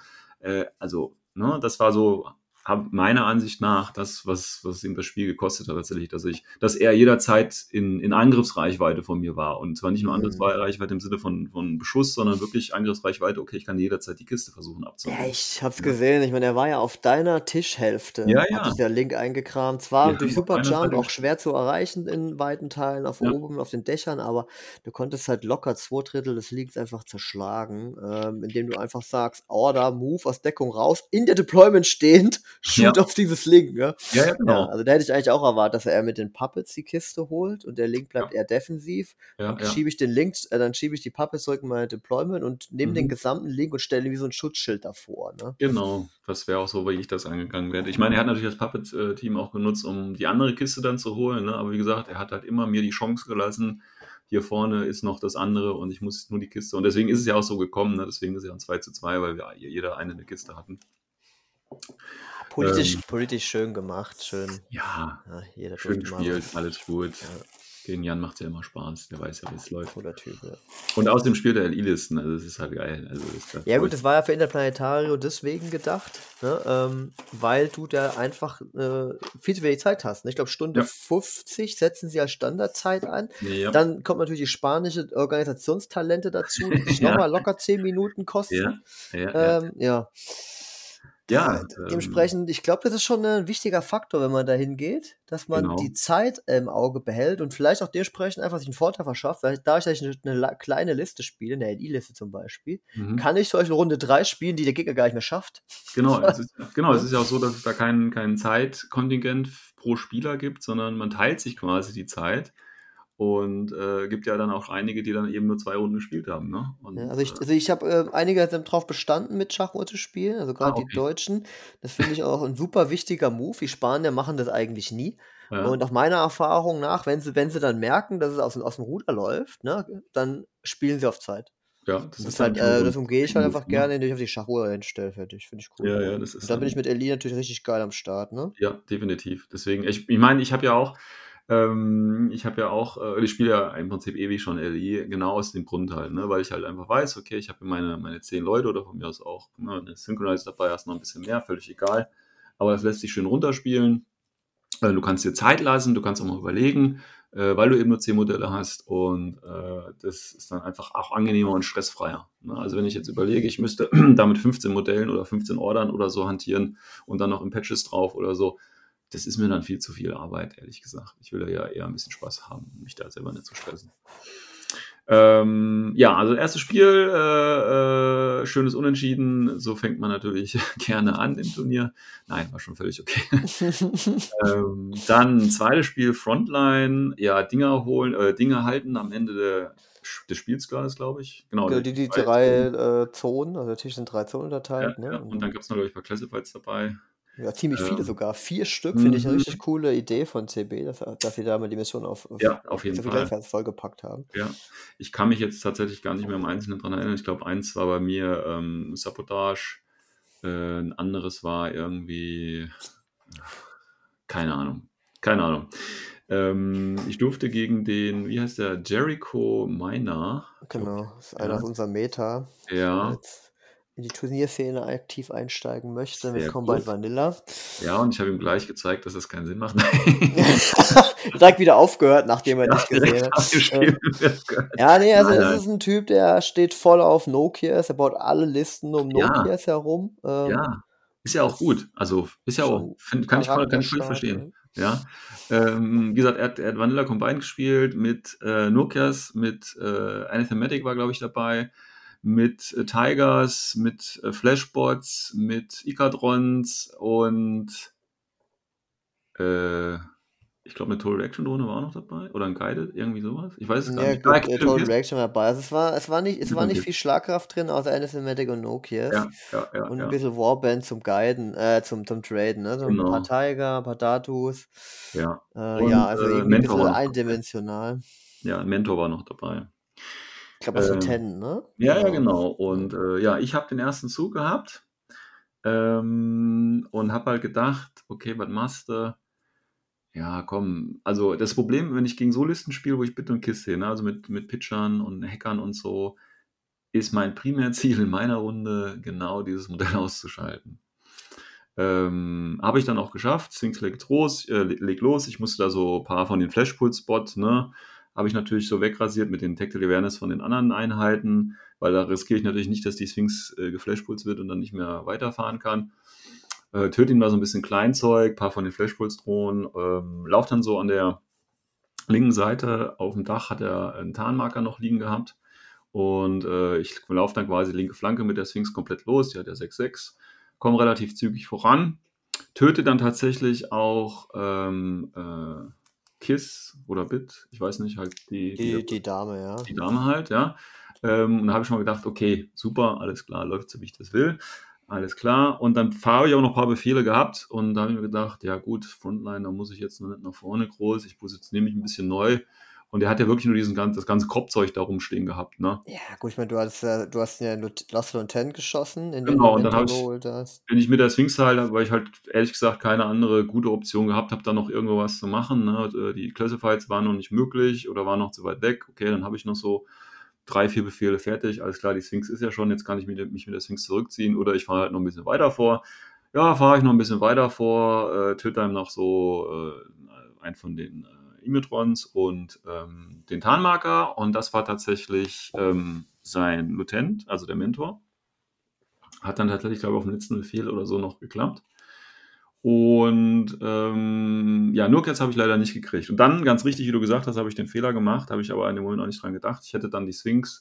Das war so, meiner Ansicht nach, das, was ihm das Spiel gekostet hat, tatsächlich, dass er jederzeit in Angriffsreichweite von mir war. Und zwar nicht nur Angriffsreichweite im Sinne von Beschuss, sondern wirklich Angriffsreichweite, okay, ich kann jederzeit die Kiste versuchen abzuholen. Ja, ich hab's gesehen. Ich meine, er war ja auf deiner Tischhälfte. Hat sich der Link eingekramt. Zwar durch Superjump auch schwer zu erreichen in weiten Teilen, oben auf den Dächern, aber du konntest halt locker 2/3 des Links einfach zerschlagen, indem du einfach sagst, Order, Move aus Deckung raus, in der Deployment stehend, shoot auf dieses Link, ne? Ja, genau. Also da hätte ich eigentlich auch erwartet, dass er mit den Puppets die Kiste holt und der Link bleibt eher defensiv. Dann schiebe ich den Link, dann schiebe ich die Puppets zurück in meine Deployment und nehme den gesamten Link und stelle wie so ein Schutzschild davor, ne? Genau, das wäre auch so, wie ich das angegangen wäre. Ich meine, er hat natürlich das Puppet-Team auch genutzt, um die andere Kiste dann zu holen, ne? Aber wie gesagt, er hat halt immer mir die Chance gelassen, hier vorne ist noch das andere und ich muss nur die Kiste. Und deswegen ist es ja auch so gekommen, ne? Deswegen ist es ja ein 2:2, weil wir jeder eine Kiste hatten. Politisch schön gemacht, schön. Ja, Ja, jeder schön durfte mal gespielt, was. alles gut. Ja, Gegen Jan macht es ja immer Spaß, der weiß ja, wie es läuft. cooler Typ, ja. Und außerdem spielt er LI-Listen, also das ist halt geil. Also da Ja freu gut, ich das war ja für Interplanetario deswegen gedacht, ne? Weil du da einfach viel zu wenig Zeit hast. Ne? Ich glaube, Stunde Ja. 50 setzen sie als Standardzeit an. Ja. Dann kommt natürlich die spanische Organisationstalente dazu, die dich Ja. nochmal locker 10 Minuten kosten. Ja. Dementsprechend, ich glaube, das ist schon ein wichtiger Faktor, wenn man da hingeht, dass man Genau. die Zeit im Auge behält und vielleicht auch dementsprechend einfach sich einen Vorteil verschafft, weil da ich eine kleine Liste spiele, eine LI-Liste zum Beispiel, kann ich zum Beispiel Runde 3 spielen, die der Gegner gar nicht mehr schafft. Genau, es ist ja auch so, dass es da kein Zeitkontingent pro Spieler gibt, sondern man teilt sich quasi die Zeit und gibt ja dann auch einige, die dann eben nur 2 Runden gespielt haben. Ne? Und, Ja, also ich habe einige drauf bestanden, mit Schachuhr zu spielen, also gerade die okay. Deutschen. Das finde ich auch ein super wichtiger Move. Die Spanier machen das eigentlich nie. Ja. Und nach meiner Erfahrung nach, wenn sie dann merken, dass es aus dem Ruder läuft, ne, dann spielen sie auf Zeit. Ja, Und das umgehe ich halt einfach gerne, indem ich auf die Schachuhr hinstelle. Fertig. Finde ich cool. Ja, das ist Und dann bin ich mit Ellie natürlich richtig geil am Start, ne? Ja, definitiv. Deswegen, ich meine, ich habe ja auch, ich spiele ja im Prinzip ewig schon LI, genau aus dem Grund halt, ne, weil ich halt einfach weiß, okay, ich habe meine 10 Leute oder von mir aus auch eine Synchronize dabei, hast noch ein bisschen mehr, völlig egal. Aber das lässt sich schön runterspielen. Du kannst dir Zeit lassen, du kannst auch mal überlegen, weil du eben nur 10 Modelle hast und das ist dann einfach auch angenehmer und stressfreier. Ne? Also wenn ich jetzt überlege, ich müsste da mit 15 Modellen oder 15 Ordern oder so hantieren und dann noch in Patches drauf oder so, das ist mir dann viel zu viel Arbeit, ehrlich gesagt. Ich will ja eher ein bisschen Spaß haben, mich da selber nicht zu stressen. Also erstes Spiel, schönes Unentschieden. So fängt man natürlich gerne an im Turnier. Nein, war schon völlig okay. Dann zweites Spiel, Frontline. Ja, Dinger halten am Ende des Spiels, glaube ich. Genau, die 3 Zonen, also der Tisch sind 3 Zonen unterteilt. Ja, Ne? und dann gab es noch, glaube ich, ein paar Classifieds dabei. Ja, ziemlich viele sogar. 4 Stück finde ich eine richtig coole Idee von CB, dass sie da mal die Mission auf jeden so viel Fall Classifieds vollgepackt haben. Ja, ich kann mich jetzt tatsächlich gar nicht mehr im Einzelnen dran erinnern. Ich glaube, eins war bei mir Sabotage, ein anderes war irgendwie, keine Ahnung. Ich durfte gegen den, wie heißt der, Jericho Miner. Genau, das ist einer aus unserem Meta, Ja. der jetzt in die Turnierszene aktiv einsteigen möchte mit Sehr Combined gut. Vanilla. Ja, und ich habe ihm gleich gezeigt, dass das keinen Sinn macht. Direkt wieder aufgehört, nachdem er dich gesehen hat. Ja, nee, also es ist ein Typ, der steht voll auf Nokias, er baut alle Listen um Nokias herum. Ja, ist ja auch gut. Also ist ja auch, kann ich voll verstehen. Ja. Wie gesagt, er hat Vanilla Combined gespielt mit Nokias, mit Anathematic war, glaube ich, dabei, mit Tigers, mit Flashbots, mit Ikadrons und ich glaube, eine Total Reaction Drohne war auch noch dabei. Oder ein Guided, irgendwie sowas. Ich weiß es gar nicht. Ja, gut, Total Reaction war dabei. Also es war nicht viel Schlagkraft drin, außer Anathematic und Nokias. Ja. Und ein bisschen Warband zum Guiden, zum Traden, ne? So ein paar Tiger, ein paar Datus. Ja. Also irgendwie ein bisschen eindimensional. Ja, ein Mentor war noch dabei. Ich glaube, was für 10, ne? Ja, genau. Und ich habe den ersten Zug gehabt und habe halt gedacht, okay, was machst du? Ja, komm. Also das Problem, wenn ich gegen so Listen spiele, wo ich Bit und Kiss sehe, ne, also mit Pitchern und Hackern und so, ist mein Primärziel in meiner Runde genau dieses Modell auszuschalten. Habe ich dann auch geschafft. Sphinx legt los. Ich musste da so ein paar von den Flashpool-Spots, ne, habe ich natürlich so wegrasiert mit den Tactile Awareness von den anderen Einheiten, weil da riskiere ich natürlich nicht, dass die Sphinx geflashpulst wird und dann nicht mehr weiterfahren kann. Töte ihn mal so ein bisschen Kleinzeug, paar von den Flashpulse-Drohnen, lauft dann so an der linken Seite auf dem Dach, hat er einen Tarnmarker noch liegen gehabt und ich laufe dann quasi linke Flanke mit der Sphinx komplett los, die hat ja 6-6, komme relativ zügig voran, töte dann tatsächlich auch Kiss oder Bit, ich weiß nicht, halt die Dame, ja. Die Dame halt, ja. Und da habe ich mal gedacht, okay, super, alles klar, läuft so, wie ich das will. Alles klar. Und dann habe ich auch noch ein paar Befehle gehabt und da habe ich mir gedacht, ja gut, Frontline, da muss ich jetzt noch nicht nach vorne groß. Ich positioniere mich ein bisschen neu Und der hat ja wirklich nur das ganze Kropfzeug da rumstehen gehabt, ne? Ja, gut, ich meine, du hast ja nur Lost Intent geschossen, in den Genau, und dann Memento geholt hast. bin ich mit der Sphinx halt, weil ich halt ehrlich gesagt keine andere gute Option gehabt habe, da noch irgendwo was zu machen. Ne? Die Classifieds waren noch nicht möglich oder waren noch zu weit weg. Okay, dann habe ich noch so 3, 4 Befehle fertig. Alles klar, die Sphinx ist ja schon, jetzt kann ich mich mit der Sphinx zurückziehen oder ich fahre halt noch ein bisschen weiter vor. Ja, fahre ich noch ein bisschen weiter vor, töte einem noch so einen von den Immitrons und den Tarnmarker und das war tatsächlich sein Lieutenant, also der Mentor. Hat dann tatsächlich, glaube ich, auf dem letzten Befehl oder so noch geklappt. Und ja, Nurkets habe ich leider nicht gekriegt. Und dann, ganz richtig, wie du gesagt hast, habe ich den Fehler gemacht, habe ich aber in dem Moment auch nicht dran gedacht. Ich hätte dann die Sphinx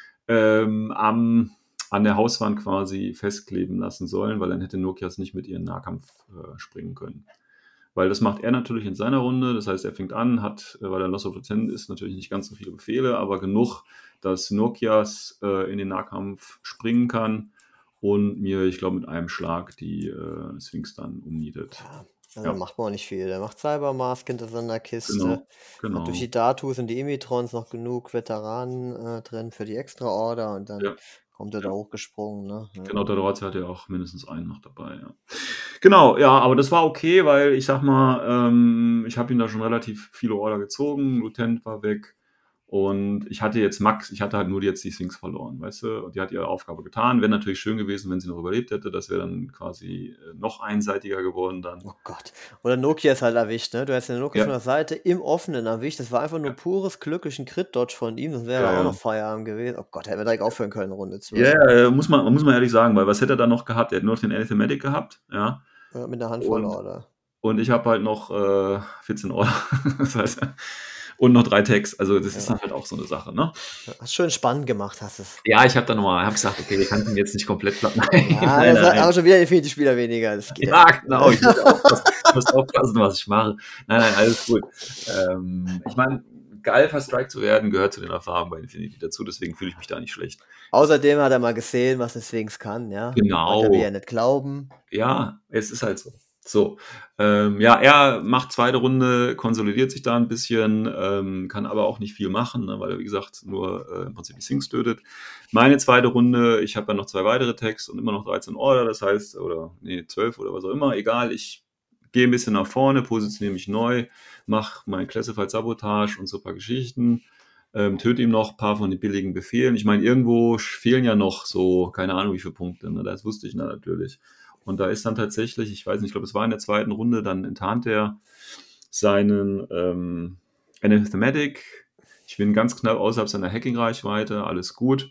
an der Hauswand quasi festkleben lassen sollen, weil dann hätte Nurkias nicht mit ihren Nahkampf springen können. Weil das macht er natürlich in seiner Runde. Das heißt, er fängt an, hat, weil er Loss of Lieutenant ist, natürlich nicht ganz so viele Befehle, aber genug, dass Nurkias in den Nahkampf springen kann und mir, ich glaube, mit einem Schlag die Sphinx dann umnietet. Ja, also macht man auch nicht viel. Der macht Cybermask hinter seiner Kiste. Genau. Hat durch die Datus und die Emitrons noch genug Veteranen drin für die Extra-Order und dann kommt er da hochgesprungen. Ne? Ja. Genau, der Dorothy hat ja auch mindestens einen noch dabei. Ja. Genau, ja, aber das war okay, weil ich sag mal, ich habe ihn da schon relativ viele Order gezogen, Lieutenant war weg und ich hatte halt nur jetzt die Sphinx verloren, weißt du, und die hat ihre Aufgabe getan. Wäre natürlich schön gewesen, wenn sie noch überlebt hätte, das wäre dann quasi noch einseitiger geworden dann. Oh Gott. Oder Nokia ist halt erwischt, ne? Du hast den Nokia von der Seite im Offenen erwischt, das war einfach nur pures Glück durch einen Crit-Dodge von ihm, das wäre auch noch Feierabend gewesen. Oh Gott, hätten wir direkt aufhören können, Runde 2. Ja, muss man ehrlich sagen, weil was hätte er da noch gehabt? Er hätte nur noch den Anathematic gehabt, ja. Ja, mit einer Handvoll Order. Und ich habe halt noch 14 Order. Das heißt, und noch 3 Tags. Also das ist dann halt auch so eine Sache, ne? Hast schön spannend gemacht, hast es. Ja, ich habe dann nochmal gesagt, okay, wir kannten jetzt nicht komplett platt. Nein, das aber schon wieder Infinity-Spieler weniger. Das geht ja, genau. Ich muss aufpassen, was ich mache. Nein, alles gut. Ich meine, geil verstriked zu werden, gehört zu den Erfahrungen bei Infinity dazu, deswegen fühle ich mich da nicht schlecht. Außerdem hat er mal gesehen, was eine Sphinx kann, ja. Genau. Und er will ja nicht glauben. Ja, es ist halt so. So, ja, er macht zweite Runde, konsolidiert sich da ein bisschen, kann aber auch nicht viel machen, ne, weil er, wie gesagt, nur im Prinzip die Sphinx tötet. Meine zweite Runde, ich habe ja noch 2 weitere Tags und immer noch 13 Order, das heißt, 12 oder was auch immer, egal, ich gehe ein bisschen nach vorne, positioniere mich neu, mache mein Classified Sabotage und so ein paar Geschichten, töte ihm noch ein paar von den billigen Befehlen. Ich meine, irgendwo fehlen ja noch so, keine Ahnung wie viele Punkte, ne, das wusste ich natürlich. Und da ist dann tatsächlich, ich weiß nicht, ich glaube, es war in der zweiten Runde, dann enttarnt er seinen Anathematic. Ich bin ganz knapp außerhalb seiner Hacking-Reichweite, alles gut.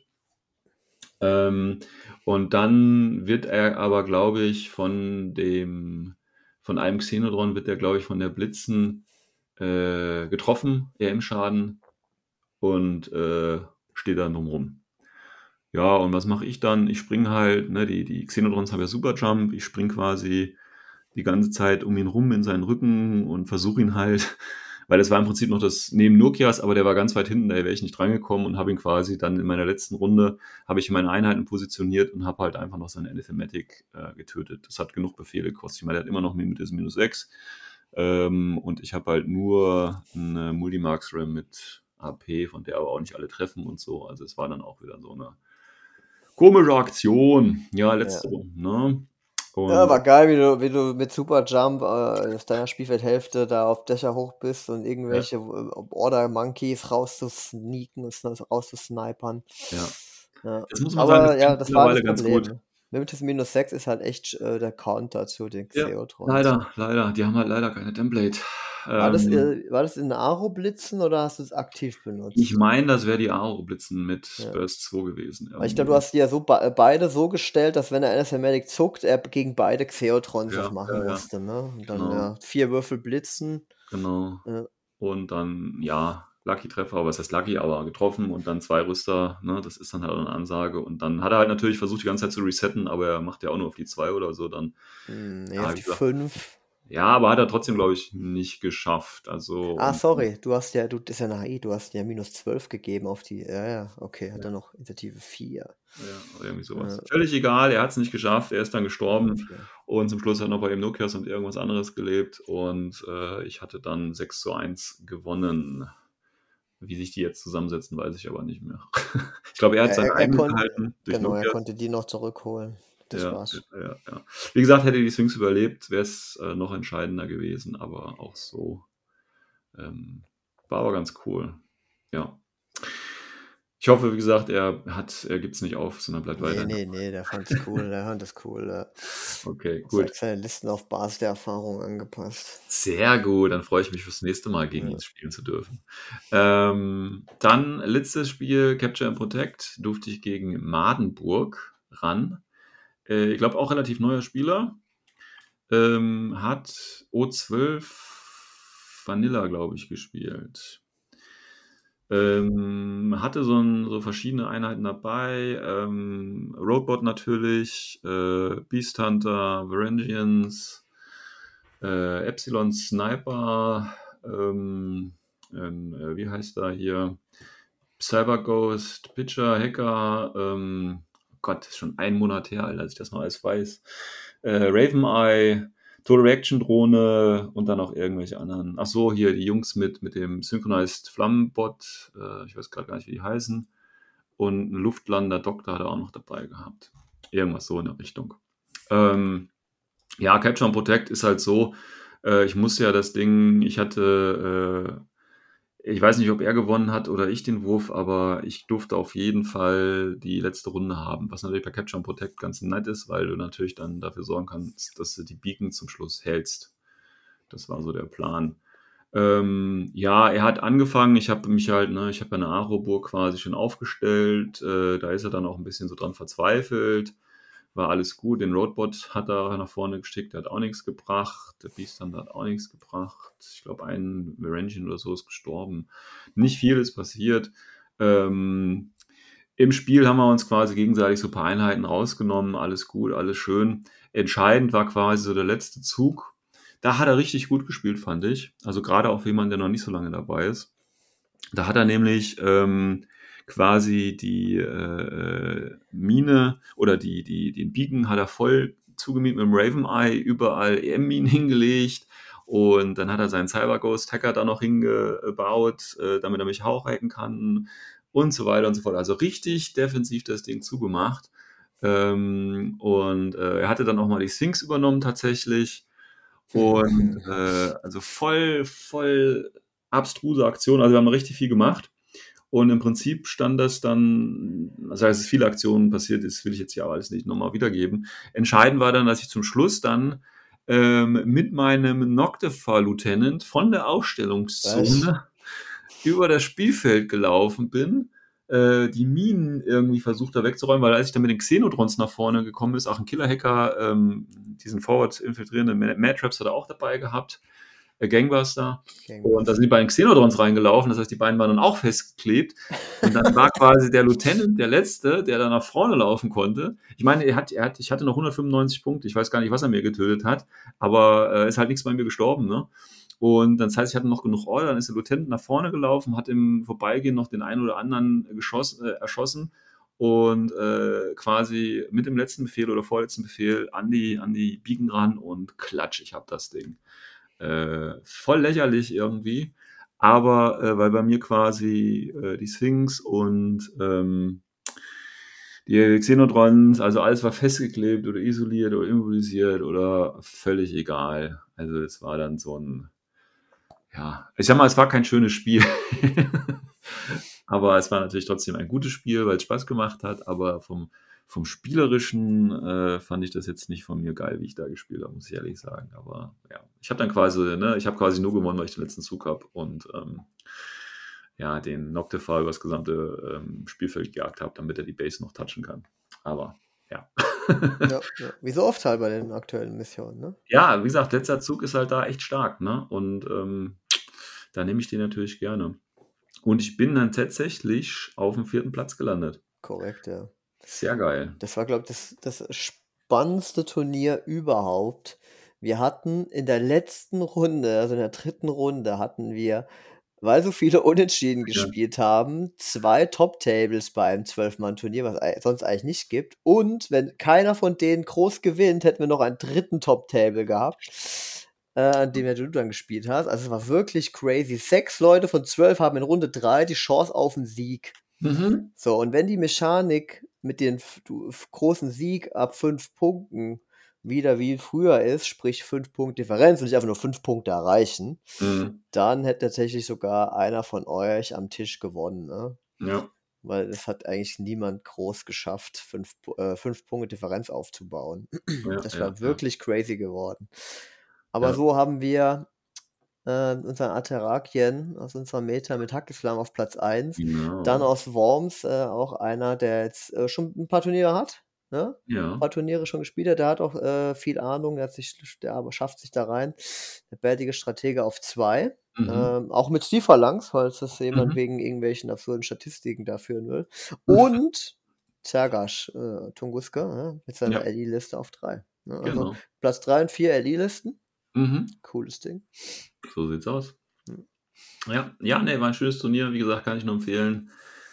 Und dann wird er aber, glaube ich, von einem Xenodron wird er, glaube ich, von der Blitzen getroffen, eher im Schaden und steht dann drumrum. Ja, und was mache ich dann? Ich springe halt, ne, die Xenodrons haben ja Superjump, ich springe quasi die ganze Zeit um ihn rum in seinen Rücken und versuche ihn halt, weil das war im Prinzip noch das neben Nokias, aber der war ganz weit hinten, da wäre ich nicht drangekommen und habe ihn quasi dann in meiner letzten Runde, habe ich meine Einheiten positioniert und habe halt einfach noch seine Anathematic getötet. Das hat genug Befehle gekostet. Ich meine, der hat immer noch -6 und ich habe halt nur eine Multimarks-RAM mit AP, von der aber auch nicht alle treffen und so. Also es war dann auch wieder so eine komische Aktion. Ja, letzte Runde, ne? Und ja, war geil, wie du mit Superjump auf deiner Spielfeldhälfte da auf Dächer hoch bist und irgendwelche Order-Monkeys rauszusneaken und rauszusnipern. Ja. Das muss man sagen, das war das Problem. Limited -6 ist halt echt der Counter zu den Xeotrons. Leider. Die haben halt leider keine Template. War das in Aro-Blitzen oder hast du es aktiv benutzt? Ich meine, das wäre die Aro-Blitzen mit Burst 2 gewesen. Ich glaube, du hast die ja so beide so gestellt, dass wenn der Anathematic zuckt, er gegen beide Xeotrons das machen musste. Ne? Und dann 4 Würfel blitzen. Genau. Ja. Und dann, Lucky-Treffer, aber was heißt Lucky, aber getroffen und dann 2 Rüster, ne, das ist dann halt eine Ansage und dann hat er halt natürlich versucht, die ganze Zeit zu resetten, aber er macht ja auch nur auf die 2 oder so, dann auf die 5. Ja, aber hat er trotzdem, glaube ich, nicht geschafft. Also, sorry, das ist ja eine HI, du hast ja -12 gegeben auf die, okay, hat er noch Initiative 4. Ja, irgendwie sowas. Völlig egal, er hat es nicht geschafft, er ist dann gestorben und zum Schluss hat noch bei ihm Nokias und irgendwas anderes gelebt und ich hatte dann 6:1 gewonnen. Wie sich die jetzt zusammensetzen, weiß ich aber nicht mehr. Ich glaube, er hat Er, seine er, er, eigenen kon gehalten durch genau, er Nokia. konnte die noch zurückholen. Das Ja, war's. ja. Wie gesagt, hätte die Sphinx überlebt, wäre es noch entscheidender gewesen, aber auch so. War aber ganz cool. Ja. Ich hoffe, wie gesagt, er gibt es nicht auf, sondern bleibt weiter. Nee, der fand's cool, der fand es cool. Okay, Hat gut. seine Listen auf Basis der Erfahrung angepasst. Sehr gut, dann freue ich mich fürs nächste Mal gegen ihn spielen zu dürfen. Dann letztes Spiel, Capture and Protect, durfte ich gegen Madenburg ran. Ich glaube auch relativ neuer Spieler. Hat O12 Vanilla, glaube ich, gespielt. Hatte so verschiedene Einheiten dabei. Roadbot natürlich, Beast Hunter, Varangians, Epsilon Sniper, wie heißt er hier? Cyber Ghost, Pitcher, Hacker, Gott, ist schon 1 Monat her, Alter, als ich das noch alles weiß. Raven Eye, Total Reaction Drohne und dann auch irgendwelche anderen. Ach so, hier die Jungs mit dem Synchronized Flammenbot, ich weiß gerade gar nicht, wie die heißen. Und ein Luftlander Doktor hat er auch noch dabei gehabt. Irgendwas so in der Richtung. Ja, Capture and Protect ist halt so, ich musste ja das Ding, ich weiß nicht, ob er gewonnen hat oder ich den Wurf, aber ich durfte auf jeden Fall die letzte Runde haben, was natürlich bei Capture and Protect ganz nett ist, weil du natürlich dann dafür sorgen kannst, dass du die Beacon zum Schluss hältst. Das war so der Plan. Ja, er hat angefangen, ich habe mich halt, ich habe eine Aroburg quasi schon aufgestellt, da ist er dann auch ein bisschen so dran verzweifelt. War alles gut. Den Roadbot hat er nach vorne geschickt, der hat auch nichts gebracht. Der Beast Hunter hat auch nichts gebracht. Ich glaube, ein Varangian oder so ist gestorben. Nicht viel ist passiert. Im Spiel haben wir uns quasi gegenseitig so ein paar Einheiten rausgenommen. Alles gut, alles schön. Entscheidend war quasi so der letzte Zug. Da hat er richtig gut gespielt, fand ich. Also gerade auch für jemanden, der noch nicht so lange dabei ist. Da hat er nämlich quasi die Mine oder den Beacon hat er voll zugemietet mit dem Raven Eye, überall EM-Minen hingelegt und dann hat er seinen Cyber Ghost Hacker da noch hingebaut, damit er mich hochhacken kann und so weiter und so fort. Also richtig defensiv das Ding zugemacht. Und er hatte dann auch mal die Sphinx übernommen tatsächlich und also voll abstruse Aktion. Also wir haben richtig viel gemacht. Und im Prinzip stand das dann, also es ist viele Aktionen passiert, das will ich jetzt hier aber alles nicht nochmal wiedergeben. Entscheidend war dann, dass ich zum Schluss dann mit meinem Noctifer-Lieutenant von der Aufstellungszone über das Spielfeld gelaufen bin, die Minen irgendwie versucht da wegzuräumen, weil als ich dann mit den Xenodrons nach vorne gekommen ist, auch ein Killer-Hacker, diesen Forward infiltrierenden Mad-Traps hat er auch dabei gehabt, Gangbuster. Und da sind die beiden Xenodrons reingelaufen, das heißt, die beiden waren dann auch festgeklebt. Und dann war quasi der Lieutenant der Letzte, der da nach vorne laufen konnte. Ich meine, ich hatte noch 195 Punkte, ich weiß gar nicht, was er mir getötet hat, aber ist halt nichts bei mir gestorben, ne? Und das heißt, ich hatte noch genug Order, dann ist der Lieutenant nach vorne gelaufen, hat im Vorbeigehen noch den einen oder anderen erschossen und quasi mit dem letzten Befehl oder vorletzten Befehl an die Beacon ran und klatsch, ich hab das Ding. Voll lächerlich irgendwie, aber weil bei mir quasi die Sphinx und die Xenodrons, also alles war festgeklebt oder isoliert oder immobilisiert oder völlig egal. Also es war dann so ein, ja, ich sag mal, es war kein schönes Spiel. Aber es war natürlich trotzdem ein gutes Spiel, weil es Spaß gemacht hat, aber vom Spielerischen fand ich das jetzt nicht von mir geil, wie ich da gespielt habe, muss ich ehrlich sagen. Aber ja, ich habe quasi nur gewonnen, weil ich den letzten Zug habe und ja, den Noctifer über das gesamte Spielfeld gejagt habe, damit er die Base noch touchen kann. Aber ja. Ja. Wie so oft halt bei den aktuellen Missionen, ne? Ja, wie gesagt, letzter Zug ist halt da echt stark, ne? Und da nehme ich den natürlich gerne. Und ich bin dann tatsächlich auf dem 4. Platz gelandet. Korrekt, ja. Sehr geil. Das war, glaube ich, das spannendste Turnier überhaupt. Wir hatten in der letzten Runde, also in der 3. Runde, hatten wir, weil so viele Unentschieden gespielt haben, 2 Top-Tables bei einem 12-Mann-Turnier, was sonst eigentlich nicht gibt. Und wenn keiner von denen groß gewinnt, hätten wir noch einen 3. Top-Table gehabt. an dem ja du dann gespielt hast. Also es war wirklich crazy. 6 Leute von 12 haben in Runde 3 die Chance auf einen Sieg. So, und wenn die Mechanik mit den großen Sieg ab 5 Punkten wieder wie früher ist, sprich 5 Punkte Differenz und nicht einfach nur 5 Punkte erreichen, dann hätte tatsächlich sogar einer von euch am Tisch gewonnen, ne? Ja. Weil es hat eigentlich niemand groß geschafft, 5 Punkte Differenz aufzubauen. Das war wirklich crazy geworden. Aber so haben wir unseren Aterakien aus unserer Meta mit Hackislam auf Platz 1. Genau. Dann aus Worms auch einer, der jetzt schon ein paar Turniere hat. Ne? Ja. Ein paar Turniere schon gespielt hat. Der hat auch viel Ahnung. Der aber schafft sich da rein. Der bärtige Stratege auf 2. Auch mit Steve-Phalanx, falls das jemand wegen irgendwelchen absurden Statistiken da führen will. Und Zergash Tunguska mit seiner LI-Liste auf 3. Ne? Also Genau. Platz 3 und 4 LI-Listen. Cooles Ding. So sieht's aus. Ja, nee, war ein schönes Turnier. Wie gesagt, kann ich nur empfehlen.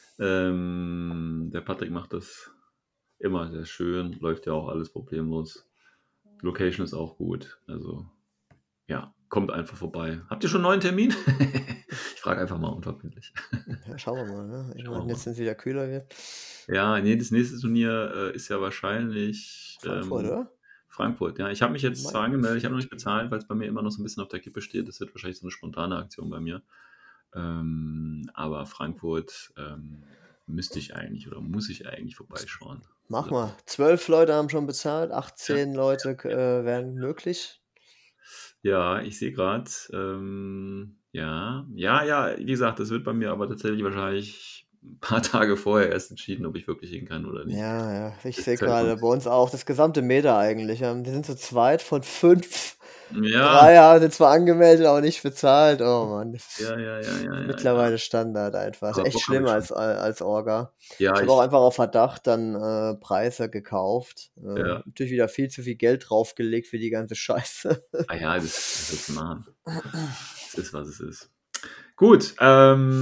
Der Patrick macht das immer sehr schön. Läuft ja auch alles problemlos. Die Location ist auch gut. Also, ja, kommt einfach vorbei. Habt ihr schon einen neuen Termin? Ich frage einfach mal unverbindlich. Ja, schauen wir mal, ne? Irgendwann jetzt, wenn es wieder kühler wird. Ja, nee, das nächste Turnier ist ja wahrscheinlich Frankfurt, oder? Frankfurt, ja. Ich habe mich jetzt zwar angemeldet, ich habe noch nicht bezahlt, weil es bei mir immer noch so ein bisschen auf der Kippe steht. Das wird wahrscheinlich so eine spontane Aktion bei mir. Aber Frankfurt müsste ich eigentlich oder muss ich eigentlich vorbeischauen. Mach mal. 12 Leute haben schon bezahlt, 18 Leute wären möglich. Ja, ich sehe gerade. Ja, wie gesagt, das wird bei mir aber tatsächlich wahrscheinlich ein paar Tage vorher erst entschieden, ob ich wirklich hin kann oder nicht. Ja, ich sehe gerade bei uns auch das gesamte Meter eigentlich. Wir sind zu zweit von 5. Ja. 3 haben sind zwar angemeldet, aber nicht bezahlt. Oh Mann, das ist mittlerweile ja. Standard einfach. Aber Ist echt schlimmer als Orga. Ja, ich habe auch einfach auf Verdacht dann Preise gekauft. Natürlich wieder viel zu viel Geld draufgelegt für die ganze Scheiße. Ja, das ist machen. Das ist, was es ist. Gut, das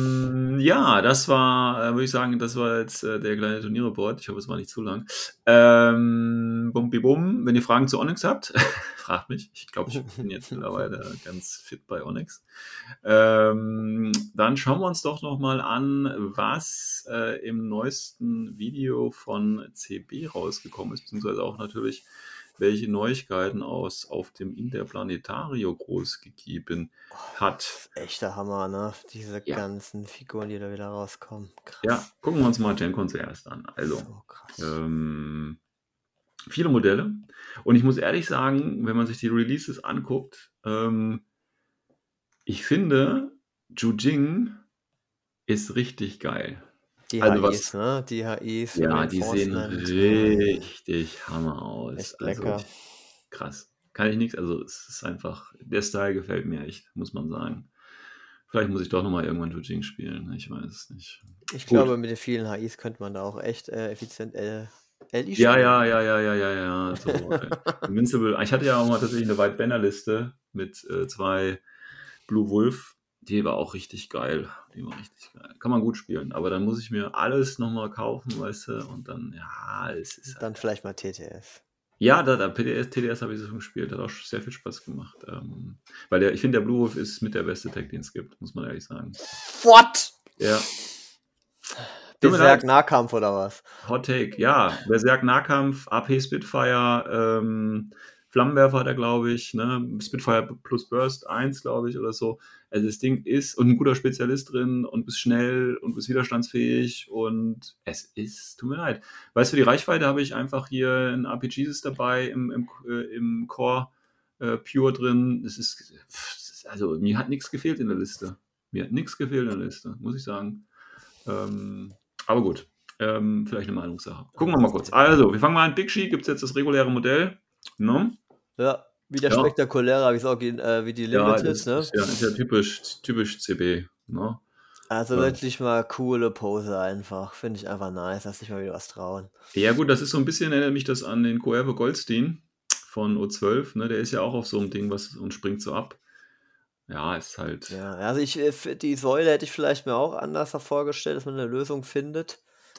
war, würde ich sagen, das war jetzt der kleine Turnierreport. Ich hoffe, es war nicht zu lang. Bum, wenn ihr Fragen zu Onyx habt, fragt mich. Ich glaube, ich bin jetzt mittlerweile ganz fit bei Onyx. Dann schauen wir uns doch nochmal an, was im neuesten Video von CB rausgekommen ist, beziehungsweise auch natürlich, welche Neuigkeiten auf dem Interplanetario groß gegeben hat. Das ist echt der Hammer, ne? Diese ganzen Figuren, die da wieder rauskommen. Krass. Ja, gucken wir uns mal GenCon zuerst an. Also, so krass. Viele Modelle. Und ich muss ehrlich sagen, wenn man sich die Releases anguckt, ich finde, Zhu-Jing ist richtig geil. Die HIs, ne? Die HIs. Ja, die sehen richtig Hammer aus. Echt lecker. Also krass. Kann ich nichts, also es ist einfach, der Style gefällt mir echt, muss man sagen. Vielleicht muss ich doch nochmal irgendwann Zhu-Jing spielen, ich weiß es nicht. Ich glaube, mit den vielen HIs könnte man da auch echt effizient LI spielen. Ja. So, Invincible. Ich hatte ja auch mal tatsächlich eine White Banner Liste mit 2 Blue Wolf. Die war auch richtig geil. Kann man gut spielen. Aber dann muss ich mir alles nochmal kaufen, weißt du? Und dann, es ist. Dann vielleicht mal TTS. Ja, TTS habe ich so schon gespielt. Hat auch sehr viel Spaß gemacht. Weil ich finde, der Blue Wolf ist mit der beste Tag, den es gibt, muss man ehrlich sagen. What? Ja. Berserk Nahkampf oder was? Hot Take, ja. Berserk Nahkampf, AP Spitfire, Flammenwerfer hat er, glaube ich, ne? Spitfire plus Burst 1, glaube ich, oder so. Also das Ding ist, und ein guter Spezialist drin und bist schnell und bist widerstandsfähig und es ist, tut mir leid. Weißt du, die Reichweite habe ich einfach hier in RPGs dabei, im Core Pure drin. Also mir hat nichts gefehlt in der Liste. Muss ich sagen. Aber gut, vielleicht eine Meinungssache. Gucken wir mal kurz. Also, wir fangen mal an. Big She gibt es jetzt das reguläre Modell. No? Ja, wieder spektakulärer wie die Limited, ne? Ist ja typisch CB. No? Also wirklich mal coole Pose einfach. Finde ich einfach nice, dass sich mal wieder was trauen. Ja gut, das ist so ein bisschen, erinnert mich das an den Coerve Goldstein von O12. Ne? Der ist ja auch auf so einem Ding und springt so ab. Ja, ist halt. Ja, also die Säule hätte ich vielleicht mir auch anders vorgestellt, dass man eine Lösung findet.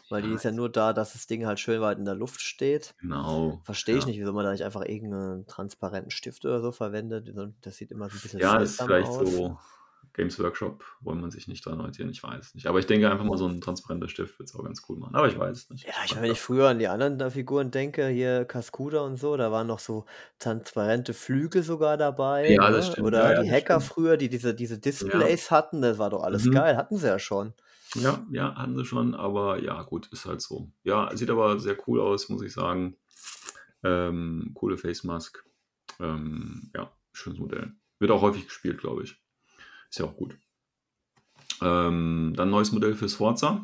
weil die Ja, ist ja nur da, dass das Ding halt schön weit in der Luft steht. genau. Verstehe ich Ja. nicht, wieso man da nicht einfach irgendeinen transparenten Stift oder so verwendet. Das sieht immer so ein bisschen Ja, das ist seltsam vielleicht aus. so Games Workshop, wollen man sich nicht dran orientieren, ich weiß nicht. Aber ich denke einfach mal, so ein transparenter Stift wird es auch ganz cool machen. Aber ich weiß es nicht. Ja, ich meine, wenn ich früher an die anderen Figuren denke, hier Cascuda und so, da waren noch so transparente Flügel sogar dabei, Ja, das ne? stimmt. Oder Ja, ja, die das Hacker stimmt. früher, die diese Ja. Displays hatten, das war doch alles Mhm. geil, hatten sie ja schon. Ja, ja, hatten sie schon, aber ja, gut, ist halt so. Ja, sieht aber sehr cool aus, muss ich sagen. Coole Face Mask. Ja, schönes Modell. Wird auch häufig gespielt, glaube ich. Ist ja auch gut. Dann neues Modell für Sforza.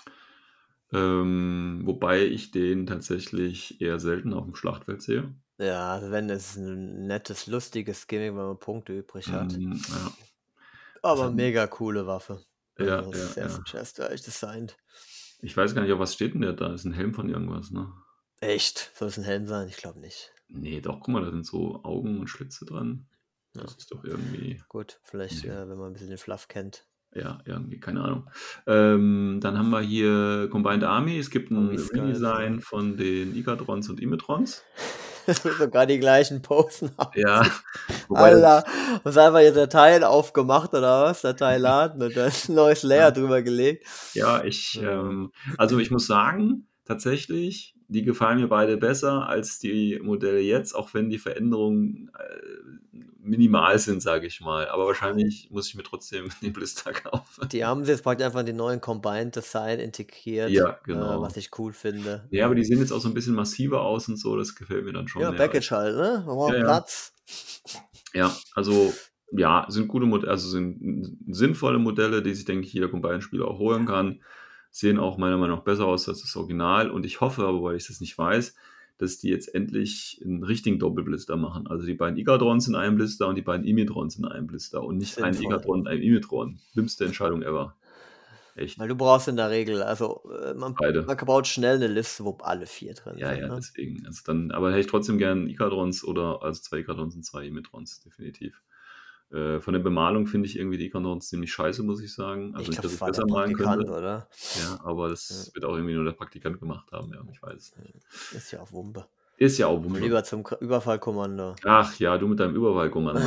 Wobei ich den tatsächlich eher selten auf dem Schlachtfeld sehe. Ja, also wenn es ein nettes, lustiges Gimmick, wenn man Punkte übrig hat. Ja. Aber hat- mega coole Waffe. Ja, Also ja, ja. sehr stylisch designt. Ich weiß gar nicht, auf was steht denn der da? Ist ein Helm von irgendwas, ne? Echt? Soll es ein Helm sein? Ich glaube nicht. Nee, doch, guck mal, da sind so Augen und Schlitze dran. Ja. Das ist doch irgendwie. Gut, vielleicht, Nee. wenn man ein bisschen den Fluff kennt. Ja, irgendwie, keine Ahnung. Dann haben wir hier Combined Army. Es gibt ein Army Skulls, Redesign ja. von den Igatrons und Imitrons. Das wird sogar die gleichen Posen haben. Ja, wobei Alter, hast einfach jetzt der Teil aufgemacht oder was? Der Teil laden und da ist ein neues Layer drüber gelegt. ja, also ich muss sagen, tatsächlich, die gefallen mir beide besser als die Modelle jetzt, auch wenn die Veränderungen minimal sind, sage ich mal. Aber wahrscheinlich muss ich mir trotzdem den Blister kaufen. Die haben sie jetzt praktisch einfach in den neuen Combined Design integriert, Ja, genau. was ich cool finde. Ja, aber die sehen jetzt auch so ein bisschen massiver aus und so, das gefällt mir dann schon Ja, mehr. Package halt, ne? Wir brauchen Ja, ja. Platz. Ja, also ja, sind gute Modelle, also sind sinnvolle Modelle, die sich, denke ich, jeder Combine-Spieler auch holen kann. Sehen auch meiner Meinung nach besser aus als das Original. Und ich hoffe aber, weil ich das nicht weiß, dass die jetzt endlich einen richtigen Doppelblister machen. Also die beiden Igatrons in einem Blister und die beiden Imitrons in einem Blister und nicht ein Sinnvoll. Igatron und ein Imitron. Dümmste Entscheidung ever. Echt. Weil du brauchst in der Regel, also man Beide. baut schnell eine Liste, wo alle 4 drin Ja, sind. ja, Ne? deswegen. Also dann, aber hätte ich trotzdem gern Igatrons oder also 2 Igatrons und 2 Imitrons, definitiv. Von der Bemalung finde ich irgendwie die Igatrons ziemlich scheiße, muss ich sagen. Also Ich nicht, glaube, dass ich das war der besser malen Praktikant, könnte. oder? Ja, aber das wird auch irgendwie nur der Praktikant gemacht haben, ja, ich weiß. Ist ja auch Wumpe. Ist ja auch Wumpe. Lieber zum Überfallkommando. Ach ja, du mit deinem Überfallkommando.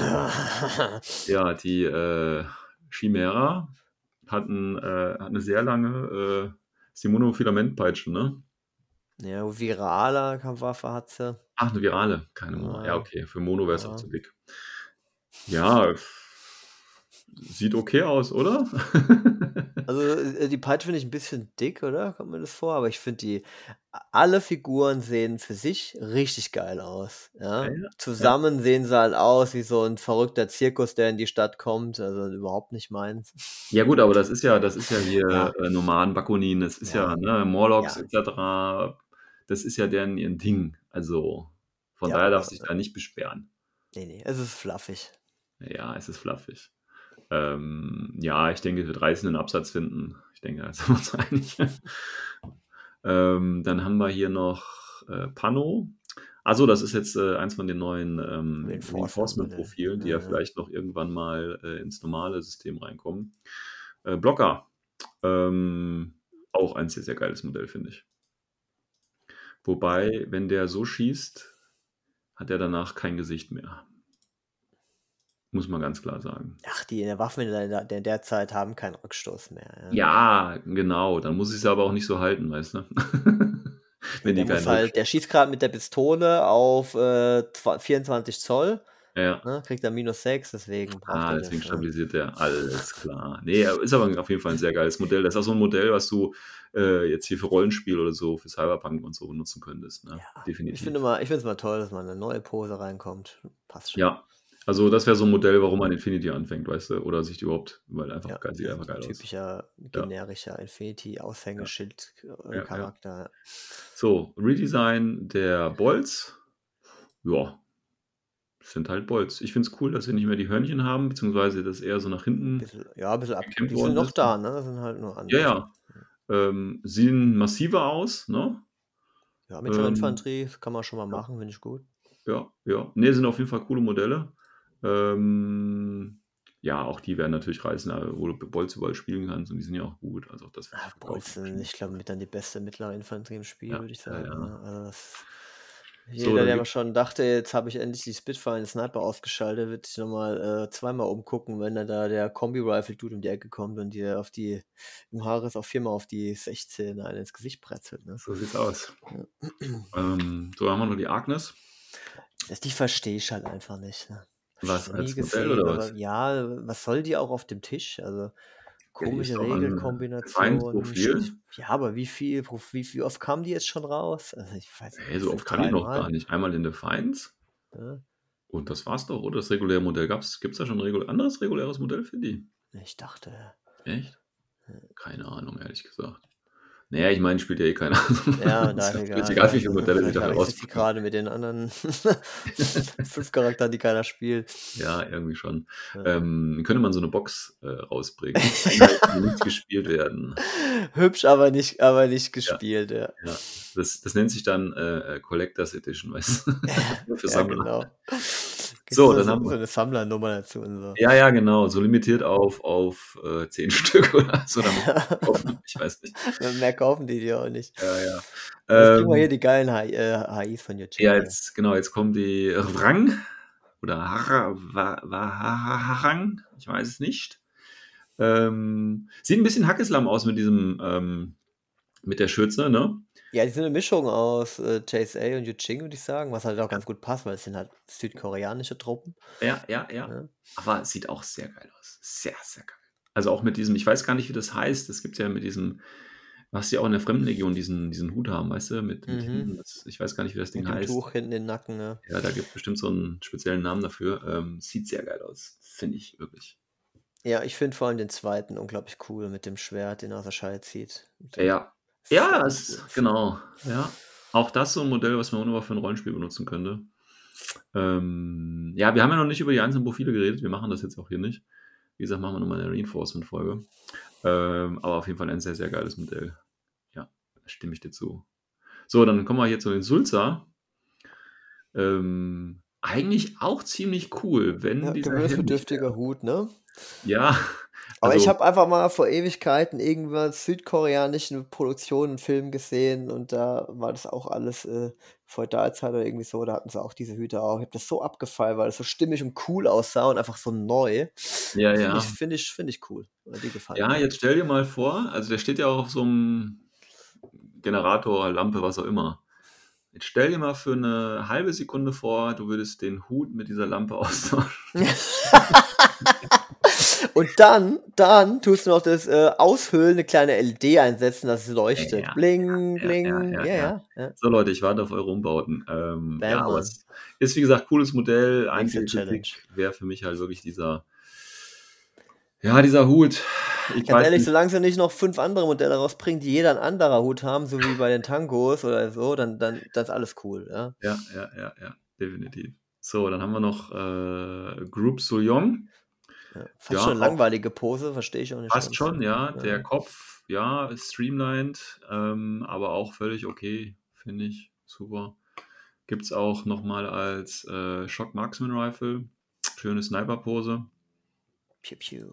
Ja, die Chimera hat eine sehr lange ist die Monofilamentpeitsche, ne? Ja, viraler Kampfwaffe hat sie. Ach, eine virale, keine Mono. Ja, okay, für Mono wäre es auch Ja. zu dick. Ja, sieht okay aus, oder? Also die Peitsche finde ich ein bisschen dick, oder? Kommt mir das vor? Aber ich finde alle Figuren sehen für sich richtig geil aus. Ja? Ja, Zusammen sehen sie halt aus wie so ein verrückter Zirkus, der in die Stadt kommt. Also überhaupt nicht meins. Ja gut, aber das ist ja hier Ja. Nomaden, Bakunin, das ist ja, Ja. ne, Morlocks Ja. etc. Das ist ja deren ihr Ding. Also von Ja, daher darf aber- sich da nicht beschweren. Nee, es ist fluffig. Ja, es ist fluffig. Ja, ich denke, es wird reißenden Absatz finden. Ich denke, da sind wir uns einig. Dann haben wir hier noch Pano. Also das ist jetzt eins von den neuen Reinforcement-Profilen, die ja vielleicht noch irgendwann mal ins normale System reinkommen. Blocker. Auch ein sehr, sehr geiles Modell, finde ich. Wobei, wenn der so schießt, hat er danach kein Gesicht mehr. Muss man ganz klar sagen. Ach, die Waffen in der Zeit haben keinen Rückstoß mehr. Ja, genau. Dann muss ich es aber auch nicht so halten, weißt du? Wenn die Der schießt gerade mit der Pistole auf 24 Zoll. Ja. Ne, kriegt er -6, deswegen braucht er deswegen das. stabilisiert er. Alles klar. Nee, ist aber auf jeden Fall ein sehr geiles Modell. Das ist auch so ein Modell, was du jetzt hier für Rollenspiel oder so, für Cyberpunk und so benutzen könntest. Ne? Ja, definitiv. Ich finde es mal toll, dass mal eine neue Pose reinkommt. Passt schon. Ja, also das wäre so ein Modell, warum man Infinity anfängt, weißt du? Oder sich überhaupt, weil einfach geil, sieht einfach geil aus. Typischer, generischer Infinity-Aushängeschild-Charakter. So, Redesign der Bolts. Ja, sind halt Bolts. Ich finde es cool, dass sie nicht mehr die Hörnchen haben, beziehungsweise das eher so nach hinten. Ein bisschen ab. gekämpft Die worden sind noch ist. da, ne? Das sind halt nur andere. Ja. Sehen massiver aus, ne? Ja, mittlere Infanterie kann man schon mal machen, finde ich gut. Ja. Ne, sind auf jeden Fall coole Modelle. Ja, auch die werden natürlich reißen, wo du Bolz überall spielen kannst und die sind ja auch gut. Also auch das wird sich Bolz verkaufen. sind, ich glaube, mit dann die beste mittlere Infanterie im Spiel, Ja, würde ich ja, sagen. ja. Ne? Also So, jeder, dann der mal gibt schon dachte, jetzt habe ich endlich die Spitfire und den Sniper ausgeschaltet, wird sich nochmal zweimal umgucken, wenn dann da der Kombi-Rifle-Dude um die Ecke kommt und dir im Haares auch 4-mal auf die 16 einen ins Gesicht bretzelt. Ne? so sieht's aus. Ja. So haben wir noch die Agnes. Die verstehe ich halt einfach nicht. Ne? Hab ich Was, noch nie als Modell gesehen, oder aber was? ja, was soll die auch auf dem Tisch? Also Ja, die ist komische doch ein Regelkombinationen. Defiance-Profil. Ja, aber wie oft kamen die jetzt schon raus? Also ich weiß nicht, Hey, so oft gefühlt kann die noch gar dreimal. nicht. Einmal in Defiance Ja? und das war's doch, oder? Das reguläre Modell. Gibt's da schon ein anderes reguläres Modell für die? Ich dachte, Echt? Keine Ahnung, ehrlich gesagt. Naja, ich meine, spielt ja eh keiner. ja, Ist da ja ist völlig egal. egal, wie viele Also Modelle sie dafür vergleichst du die rausbringen. gerade mit den anderen 5 Charakteren, die keiner spielt. Ja, irgendwie schon. Ja. Könnte man so eine Box rausbringen. Einheiten, die nicht gespielt werden. Hübsch, aber nicht Ja, gespielt, ja. ja. Das nennt sich dann Collectors Edition, weißt du? Nur für Ja, Sammler. genau. So, Gibt's dann so haben wir. eine Sammlernummer dazu und so. Ja, genau. So limitiert auf 10 Stück oder so. Damit kaufen. Ich weiß nicht. Mehr kaufen die dir auch nicht. Ja. Jetzt kriegen wir hier die geilen HIs von Yojimbo. Ja, jetzt kommt die Wrang oder Harang, ich weiß es nicht. Sieht ein bisschen Hackeslam aus mit diesem, mit der Schürze, ne? Ja, die sind eine Mischung aus JSA und Yuching, würde ich sagen, was halt auch ganz gut passt, weil es sind halt südkoreanische Truppen. Ja. Ja. Aber es sieht auch sehr geil aus. Sehr, sehr geil. Also auch mit diesem, ich weiß gar nicht, wie das heißt. Es gibt ja mit diesem, was ja auch in der Fremdenlegion diesen Hut haben, weißt du? Mit hinten, ich weiß gar nicht, wie das Ding Mit dem heißt. Tuch hinten in den Nacken, ne? Ja, da gibt es bestimmt so einen speziellen Namen dafür. Sieht sehr geil aus, finde ich wirklich. Ja, ich finde vor allem den zweiten unglaublich cool mit dem Schwert, den er aus der Scheide zieht. Ja, genau. Ja, auch das so ein Modell, was man wunderbar für ein Rollenspiel benutzen könnte. Ja, wir haben ja noch nicht über die einzelnen Profile geredet. Wir machen das jetzt auch hier nicht. Wie gesagt, machen wir nochmal eine Reinforcement-Folge. Aber auf jeden Fall ein sehr, sehr geiles Modell. Ja, da stimme ich dir zu. So, dann kommen wir hier zu den Sulza. Eigentlich auch ziemlich cool, wenn Ja, dieser Helm nicht gewöhnungsbedürftiger wäre. Hut, ne? Ja, Aber ich also habe einfach mal vor Ewigkeiten irgendwas südkoreanischen Produktionen und Filmen gesehen und da war das auch alles Feudalzeit oder irgendwie so, da hatten sie auch diese Hüte auch. Ich habe das so abgefallen, weil das so stimmig und cool aussah und einfach so neu. ja. Finde ich cool. Die gefallen Ja, mir. jetzt stell dir mal vor, also der steht ja auch auf so einem Generator, Lampe, was auch immer. Jetzt stell dir mal für eine halbe Sekunde vor, du würdest den Hut mit dieser Lampe austauschen. Und dann tust du noch das Aushöhlen, eine kleine LED einsetzen, dass es leuchtet. Ja, Bling, bling. Ja. So Leute, ich warte auf eure Umbauten. Ja, aber Mann. es ist wie gesagt cooles Modell. Nächste Einzige Challenge. Kritik wäre für mich halt wirklich dieser Hut. Ich Ganz weiß ehrlich, nicht. solange sie nicht noch 5 andere Modelle rausbringen, die jeder ein anderer Hut haben, so wie bei den Tangos oder so, dann ist alles cool, ja. Ja, definitiv. So, dann haben wir noch Group Soyoung. Ja, fast Ja, schon eine auch langweilige Pose, verstehe ich auch nicht passt ganz. schon, ja. Ja. Der Kopf, ja, ist streamlined, aber auch völlig okay, finde ich. Super. Gibt es auch nochmal als Shock Marksman Rifle. Schöne Sniper-Pose. Piu, piu.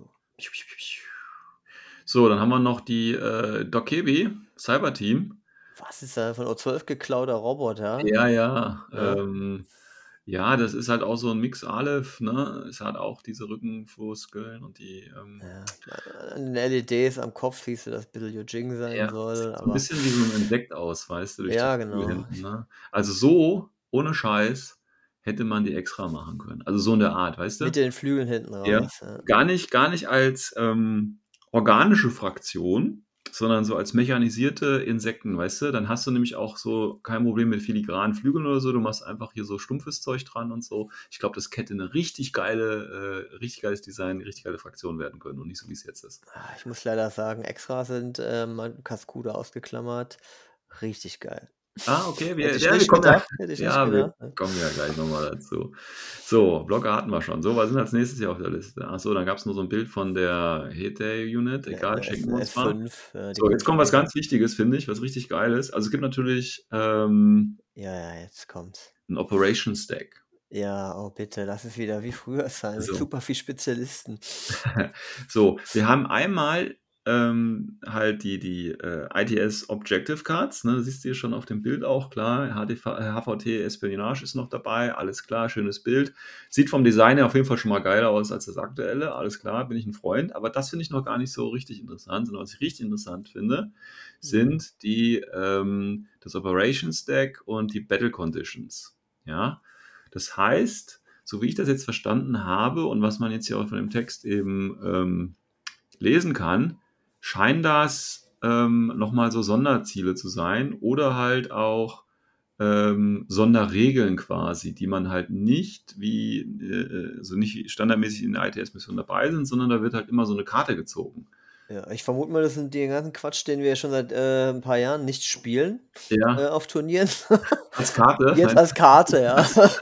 So, dann haben wir noch die Dokebi Cyberteam. Was ist da von O12 geklauter Roboter? Ja. Ja. Ja, das ist halt auch so ein Mix Aleph, ne? Es hat auch diese Rückenmuskeln und die. Ja. An den LEDs am Kopf siehst du, dass ein bisschen Yojing sein Ja, soll. sieht so ein Aber bisschen wie so ein Insekt aus, weißt du, durch ja, die Flügel genau. hinten, ne? Also so, ohne Scheiß, hätte man die extra machen können. Also so in der Art, weißt du? Mit den Flügeln hinten Ja. raus. Ja. Gar nicht als organische Fraktion, sondern so als mechanisierte Insekten, weißt du? Dann hast du nämlich auch so kein Problem mit filigranen Flügeln oder so. Du machst einfach hier so stumpfes Zeug dran und so. Ich glaube, das hätte eine richtig geiles Design, eine richtig geile Fraktion werden können und nicht so, wie es jetzt ist. Ich muss leider sagen, extra sind Cascuda ausgeklammert. Richtig geil. Okay, Hätte ich wir nicht kommen gedacht. Hätte ich nicht wir gedacht. kommen ja gleich nochmal dazu. So, Blocker hatten wir schon. So, was sind als nächstes hier auf der Liste? Achso, dann gab es nur so ein Bild von der Hete-Unit. Egal, schenken wir uns mal. S5. So, jetzt kommt was ganz Wichtiges, finde ich, was richtig geil ist. Also es gibt natürlich Ja, jetzt kommt's. einen Operation Stack. Ja, oh bitte, lass es wieder wie früher sein, mit So. super viel Spezialisten. So, wir haben einmal halt die ITS Objective Cards, ne, siehst du hier schon auf dem Bild auch, klar, HVT Espionage ist noch dabei, alles klar, schönes Bild. Sieht vom Design her auf jeden Fall schon mal geiler aus als das aktuelle, alles klar, bin ich ein Freund, aber das finde ich noch gar nicht so richtig interessant, sondern was ich richtig interessant finde, sind das Operations Deck und die Battle Conditions, ja. Das heißt, so wie ich das jetzt verstanden habe und was man jetzt hier auch von dem Text eben lesen kann, scheinen das nochmal so Sonderziele zu sein oder halt auch Sonderregeln quasi, die man halt nicht nicht standardmäßig in der ITS-Mission dabei sind, sondern da wird halt immer so eine Karte gezogen. Ja, ich vermute mal, das sind den ganzen Quatsch, den wir schon seit ein paar Jahren nicht spielen Ja, auf Turnieren. als Karte. Jetzt als Karte, ja.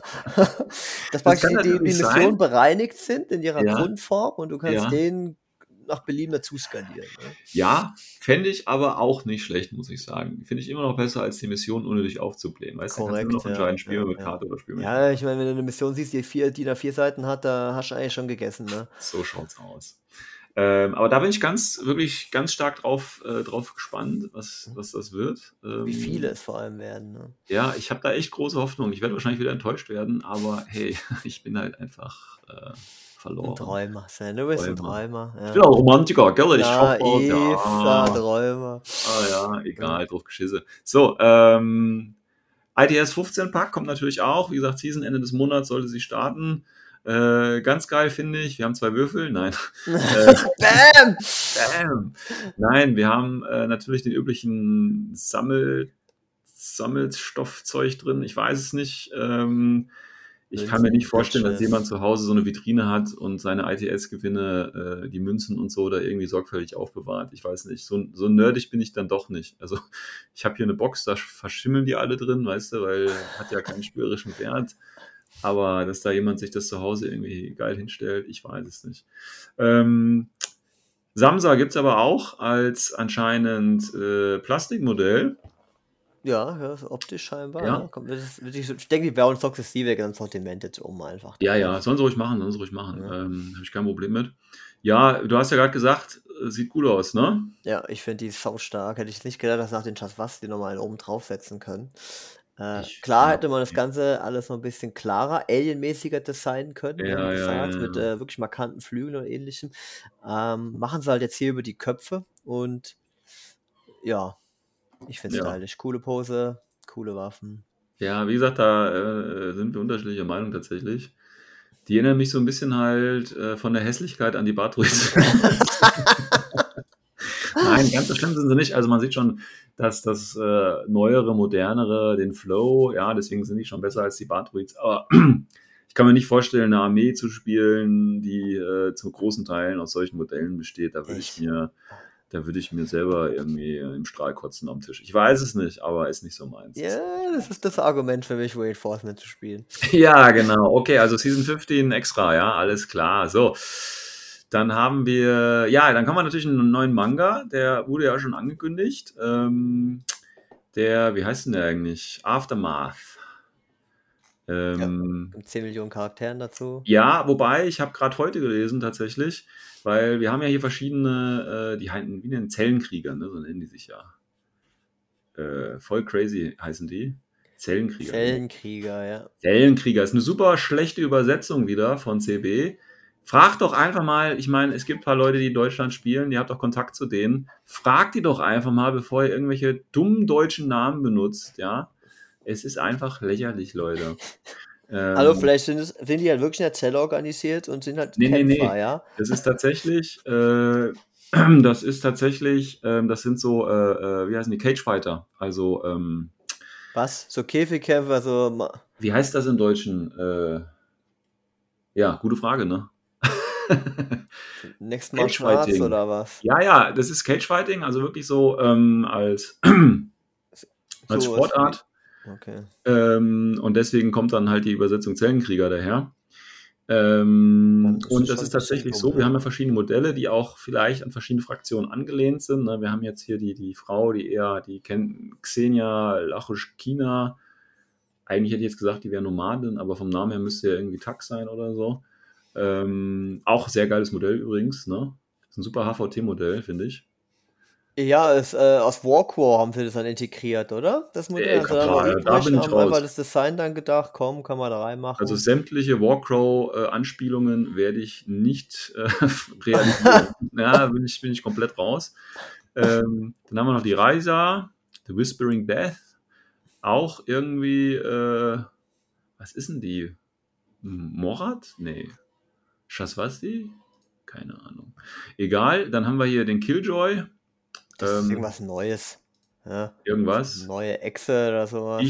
Dass praktisch kann die natürlich Missionen sein. bereinigt sind in ihrer Ja, Grundform und du kannst ja. den nach Belieben dazu skalieren. Ne? Ja, fände ich aber auch nicht schlecht, muss ich sagen. Finde ich immer noch besser, als die Mission unnötig aufzublähen. Weißt du, da kannst du immer noch entscheiden, spielen wir mit Karte oder spielen wir mit Ja, ich meine, wenn du eine Mission siehst, die DIN A4 Seiten hat, da hast du eigentlich schon gegessen, ne? So schaut's aus. Aber da bin ich wirklich ganz stark drauf gespannt, was das wird. Wie viele es vor allem werden, ne? Ja, ich habe da echt große Hoffnung. Ich werde wahrscheinlich wieder enttäuscht werden, aber hey, ich bin halt einfach verloren. Ein Träumer, Sven, du bist ein Träumer. Ja. Ich bin auch Romantiker, gell? Ich hoffe, Träumer. Ah ja, egal, drauf geschisse. So, ITS 15 Pack kommt natürlich auch. Wie gesagt, Season Ende des Monats sollte sie starten. Ganz geil finde ich. Wir haben 2 Würfel. Nein. Bam! Bam! Nein, wir haben natürlich den üblichen Sammelstoffzeug drin. Ich weiß es nicht. Ich kann mir nicht vorstellen, dass jemand zu Hause so eine Vitrine hat und seine ITS-Gewinne, die Münzen und so, da irgendwie sorgfältig aufbewahrt. Ich weiß nicht. So nerdig bin ich dann doch nicht. Also ich habe hier eine Box, da verschimmeln die alle drin, weißt du, weil hat ja keinen spürerischen Wert. Aber dass da jemand sich das zu Hause irgendwie geil hinstellt, ich weiß es nicht. Samsa gibt es aber auch als anscheinend Plastikmodell. Ja, so optisch scheinbar. Ja. Ich denke, die bauen sukzessive ganz Sortimentet um einfach. Ja, sollen sie ruhig machen. Ja. Habe ich kein Problem mit. Ja, du hast ja gerade gesagt, sieht gut aus, ne? Ja, ich finde die sau stark. Hätte ich nicht gedacht, dass nach den Chaswas die nochmal oben draufsetzen können. Klar hätte man das Ganze alles noch ein bisschen klarer, alienmäßiger designen können, wie du sagst, mit wirklich markanten Flügeln und ähnlichem. Machen sie halt jetzt hier über die Köpfe und ja, ich finde es stylisch. Coole Pose, coole Waffen. Ja, wie gesagt, da sind wir unterschiedlicher Meinung tatsächlich. Die erinnern mich so ein bisschen halt von der Hässlichkeit an die Bartruids. Nein, ganz so schlimm sind sie nicht. Also man sieht schon, dass das neuere, modernere, den Flow, ja, deswegen sind die schon besser als die Bartruids. Aber ich kann mir nicht vorstellen, eine Armee zu spielen, die zu großen Teilen aus solchen Modellen besteht. Da würde ich mir selber irgendwie im Strahl kotzen am Tisch. Ich weiß es nicht, aber ist nicht so meins. Ja, das ist das Argument für mich, Reinforcement zu spielen. Ja, genau. Okay, also Season 15 extra, ja, alles klar. So, dann haben wir, dann kommen wir natürlich einen neuen Manga, der wurde ja schon angekündigt. Wie heißt denn der eigentlich? Aftermath. 10 Millionen Charakteren dazu. Ja, wobei, ich habe gerade heute gelesen tatsächlich, weil wir haben ja hier verschiedene, die heißen, wie nennen Zellenkrieger, ne? So nennen die sich ja. Voll crazy heißen die. Zellenkrieger, ja. Zellenkrieger ist eine super schlechte Übersetzung wieder von CB. Frag doch einfach mal, ich meine, es gibt ein paar Leute, die in Deutschland spielen, ihr habt doch Kontakt zu denen. Fragt die doch einfach mal, bevor ihr irgendwelche dummen deutschen Namen benutzt, ja. Es ist einfach lächerlich, Leute. Also vielleicht sind die halt wirklich in der Zelle organisiert und sind halt Kämpfer, ja? Das ist tatsächlich, das sind so, wie heißen die, Cagefighter. Also, was? So Käfigkämpfer, so... Wie heißt das im Deutschen? Ja, gute Frage, ne? Next Martial Arts oder was? Ja, das ist Cagefighting, also wirklich so als Sportart. Okay. Und deswegen kommt dann halt die Übersetzung Zellenkrieger daher. Und das ist tatsächlich so, wir haben ja verschiedene Modelle, die auch vielleicht an verschiedene Fraktionen angelehnt sind. Wir haben jetzt hier die Frau, die kennt Xenia Lachushkina. Eigentlich hätte ich jetzt gesagt, die wäre Nomadin, aber vom Namen her müsste ja irgendwie Tax sein oder so. Auch sehr geiles Modell übrigens, ne? Ist ein super HVT-Modell, finde ich. Ja, aus Warcrawl haben sie das dann integriert, oder? Das Modell. Also dann mal Da übrig, bin ich haben einfach raus. das Design dann gedacht, komm, kann man da Also reinmachen. sämtliche Warcrow-Anspielungen werde ich nicht realisieren. Ja, bin ich komplett raus. Dann haben wir noch die Ryza, The Whispering Death. Auch irgendwie, was ist denn die? Morat? Nee. Shaswasti? Keine Ahnung. Egal, dann haben wir hier den Killjoy. Das ist irgendwas Neues. Ja, Irgendwas. neue Echse oder sowas.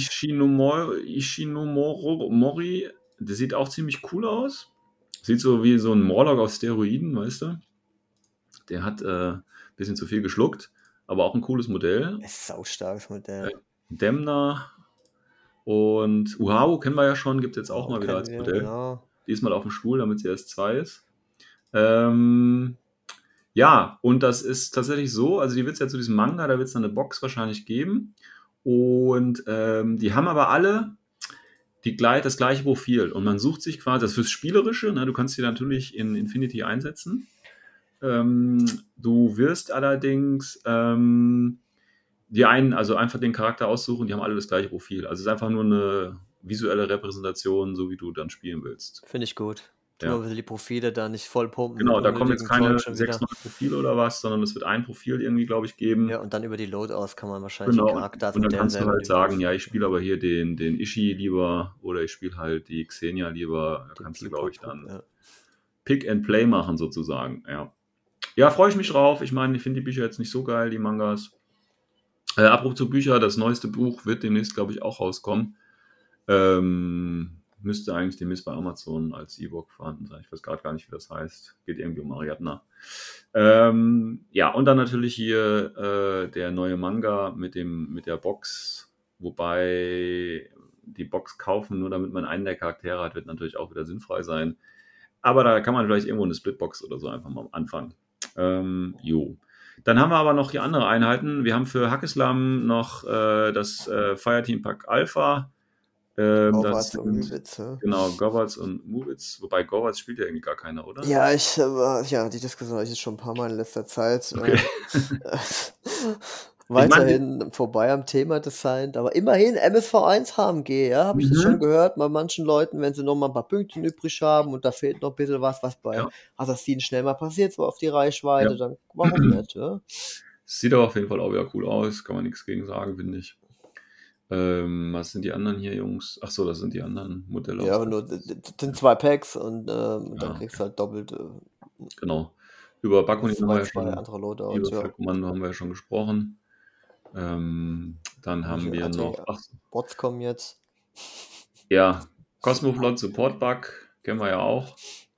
Ishinomori, der sieht auch ziemlich cool aus. Sieht so wie so ein Morlock auf Steroiden, weißt du? Der hat ein bisschen zu viel geschluckt, aber auch ein cooles Modell. Ist ein saustarkes Modell. Demna und Uhau kennen wir ja schon, gibt es jetzt auch mal wieder als kennen wir, Modell. genau. Diesmal auf dem Stuhl, damit sie erst 2 ist. Ja, und das ist tatsächlich so, also die wird es ja zu diesem Manga, da wird es dann eine Box wahrscheinlich geben. Und die haben aber alle das gleiche Profil. Und man sucht sich quasi, das fürs Spielerische, ne, du kannst die natürlich in Infinity einsetzen. Du wirst allerdings die einen, also einfach den Charakter aussuchen, die haben alle das gleiche Profil. Also es ist einfach nur eine visuelle Repräsentation, so wie du dann spielen willst. Finde ich gut. Tu Ja. mal bitte die Profile da nicht voll pumpen. Genau, mit da kommen jetzt unnötigem keine Zeug schon 6 wieder. neue Profile oder was, sondern es wird ein Profil irgendwie, glaube ich, geben. Ja, und dann über die Loadouts kann man wahrscheinlich Genau, den Charakter als und dann Modell kannst du selber halt die sagen, Profile- ja, ich spiele aber hier den Ishii lieber oder ich spiele halt die Xenia lieber. Da den kannst du, glaube ich, Piep-Pop-Pop, dann ja. Pick and Play machen sozusagen. Ja, freue ich mich drauf. Ich meine, ich finde die Bücher jetzt nicht so geil, die Mangas. Apropos zu Bücher, das neueste Buch wird demnächst, glaube ich, auch rauskommen. Müsste eigentlich demnächst bei Amazon als E-Book vorhanden sein. Ich weiß gerade gar nicht, wie das heißt. Geht irgendwie um Ariadna. Ja, und dann natürlich hier der neue Manga mit der Box. Wobei die Box kaufen, nur damit man einen der Charaktere hat, wird natürlich auch wieder sinnfrei sein. Aber da kann man vielleicht irgendwo eine Splitbox oder so einfach mal anfangen. Jo. Dann haben wir aber noch hier andere Einheiten. Wir haben für Hackeslam noch das Fireteam Pack Alpha. Das Gowarts und sind, Müwitz, ja. genau, Gowarts und Movitz. Wobei Gowarts spielt ja irgendwie gar keiner, oder? Ja, die Diskussion hatte ich jetzt schon ein paar Mal in letzter Zeit. Okay. Weiterhin vorbei am Thema Design, aber immerhin MSV1 HMG, ja, habe ich das schon gehört, bei manchen Leuten, wenn sie noch mal ein paar Pünktchen übrig haben und da fehlt noch ein bisschen was bei Ja. Assassin schnell mal passiert, so auf die Reichweite, Ja. dann warum nicht, ja? Sieht aber auf jeden Fall auch wieder cool aus, kann man nichts gegen sagen, finde ich. Was sind die anderen hier, Jungs? Ach so, das sind die anderen Modelle. Ja, aber nur, das sind 2 Packs und dann Ja. kriegst du halt doppelt Genau. Über Bakunin haben wir ja zwei schon, andere Loadouts, über ja. Feldkommando haben wir ja schon gesprochen. Dann haben wir noch, Bots kommen jetzt. ja, Cosmoflot Support Bug, kennen wir ja auch.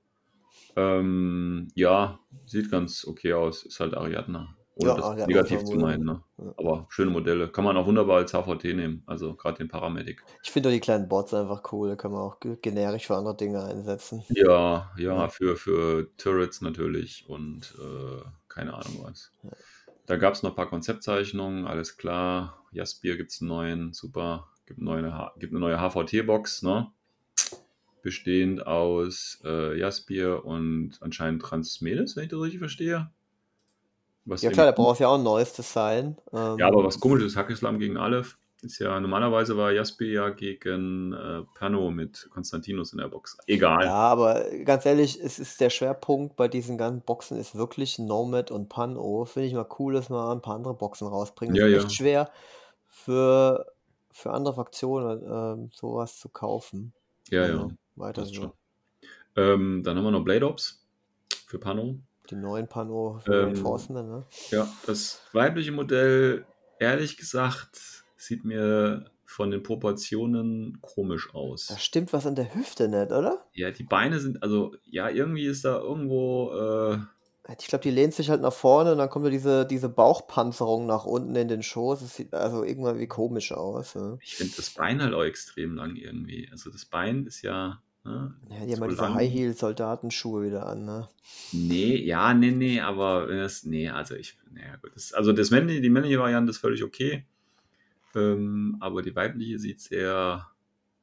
Ja, sieht ganz okay aus, ist halt Ariadna. Ohne Ja, das Ariadna negativ ist zu mal meinen, ne? ja. Aber schöne Modelle. Kann man auch wunderbar als HVT nehmen, also gerade den Paramedic. Ich finde die kleinen Bots einfach cool, da kann man auch generisch für andere Dinge einsetzen. Ja, Ja. für Turrets natürlich und keine Ahnung was. Ja. Da gab es noch ein paar Konzeptzeichnungen, alles klar. Jaspier gibt es einen neuen, super. Gibt eine neue HVT-Box, ne? Bestehend aus Jaspier und anscheinend Transmedes, wenn ich das richtig verstehe. Was Ja klar, da brauchst du ja auch ein neues Design. ja, aber was komisch ist, Hackeslam gegen Aleph ist ja, normalerweise war Jaspier ja gegen Pano mit Konstantinus in der Box. Egal. Ja, aber ganz ehrlich, es ist der Schwerpunkt bei diesen ganzen Boxen ist wirklich Nomad und Pano. Finde ich mal cool, dass man ein paar andere Boxen rausbringen. Ja, Es ist ja. echt schwer für andere Fraktionen sowas zu kaufen. Ja, Also, ja. weiter Das so. schon. Dann haben wir noch Blade Ops für Pano. Die neuen Pano für Reinforcement, ne? Ja, das weibliche Modell, ehrlich gesagt, sieht mir von den Proportionen komisch aus. Da stimmt was an der Hüfte nicht, oder? Ja, die Beine sind, also, ja, irgendwie ist da irgendwo, Ich glaube, die lehnt sich halt nach vorne und dann kommt ja diese Bauchpanzerung nach unten in den Schoß. Es sieht also irgendwann wie komisch aus. Ja. ich finde das Bein halt auch extrem lang irgendwie. Also das Bein ist ja, ne, Ja, die haben so ja diese lang. High-Heel-Soldatenschuhe wieder an, ne? Nee, aber also die männliche Variante ist völlig okay. Aber die weibliche sieht sehr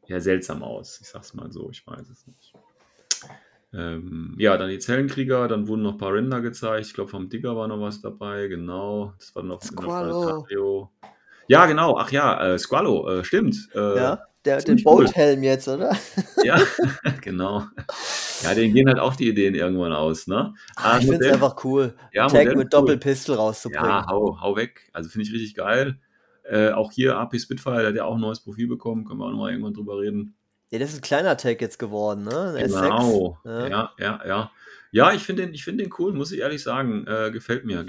ja, seltsam aus. Ich sag's mal so, ich weiß es nicht. Ja, dann die Zellenkrieger, dann wurden noch ein paar Render gezeigt. Ich glaube, vom Digger war noch was dabei, genau. Das war noch in der Squallow. Planetario. Ja, genau, ach ja, Squallow, stimmt. Ja, der hat den ziemlich cool. Boathelm jetzt, oder? Ja, genau. Ja, denen gehen halt auch die Ideen irgendwann aus, ne? Ich finde es Modell- einfach cool, Ja, Tag Modell mit ist cool. Doppelpistol rauszubringen. Ja, hau weg. Also finde ich richtig geil. Auch hier AP Spitfire, der hat ja auch ein neues Profil bekommen. Können wir auch nochmal irgendwann drüber reden. Ja, das ist ein kleiner Tag jetzt geworden, ne? Ein Genau. S6. Ja. Ja, ich finde den cool, muss ich ehrlich sagen. Gefällt mir.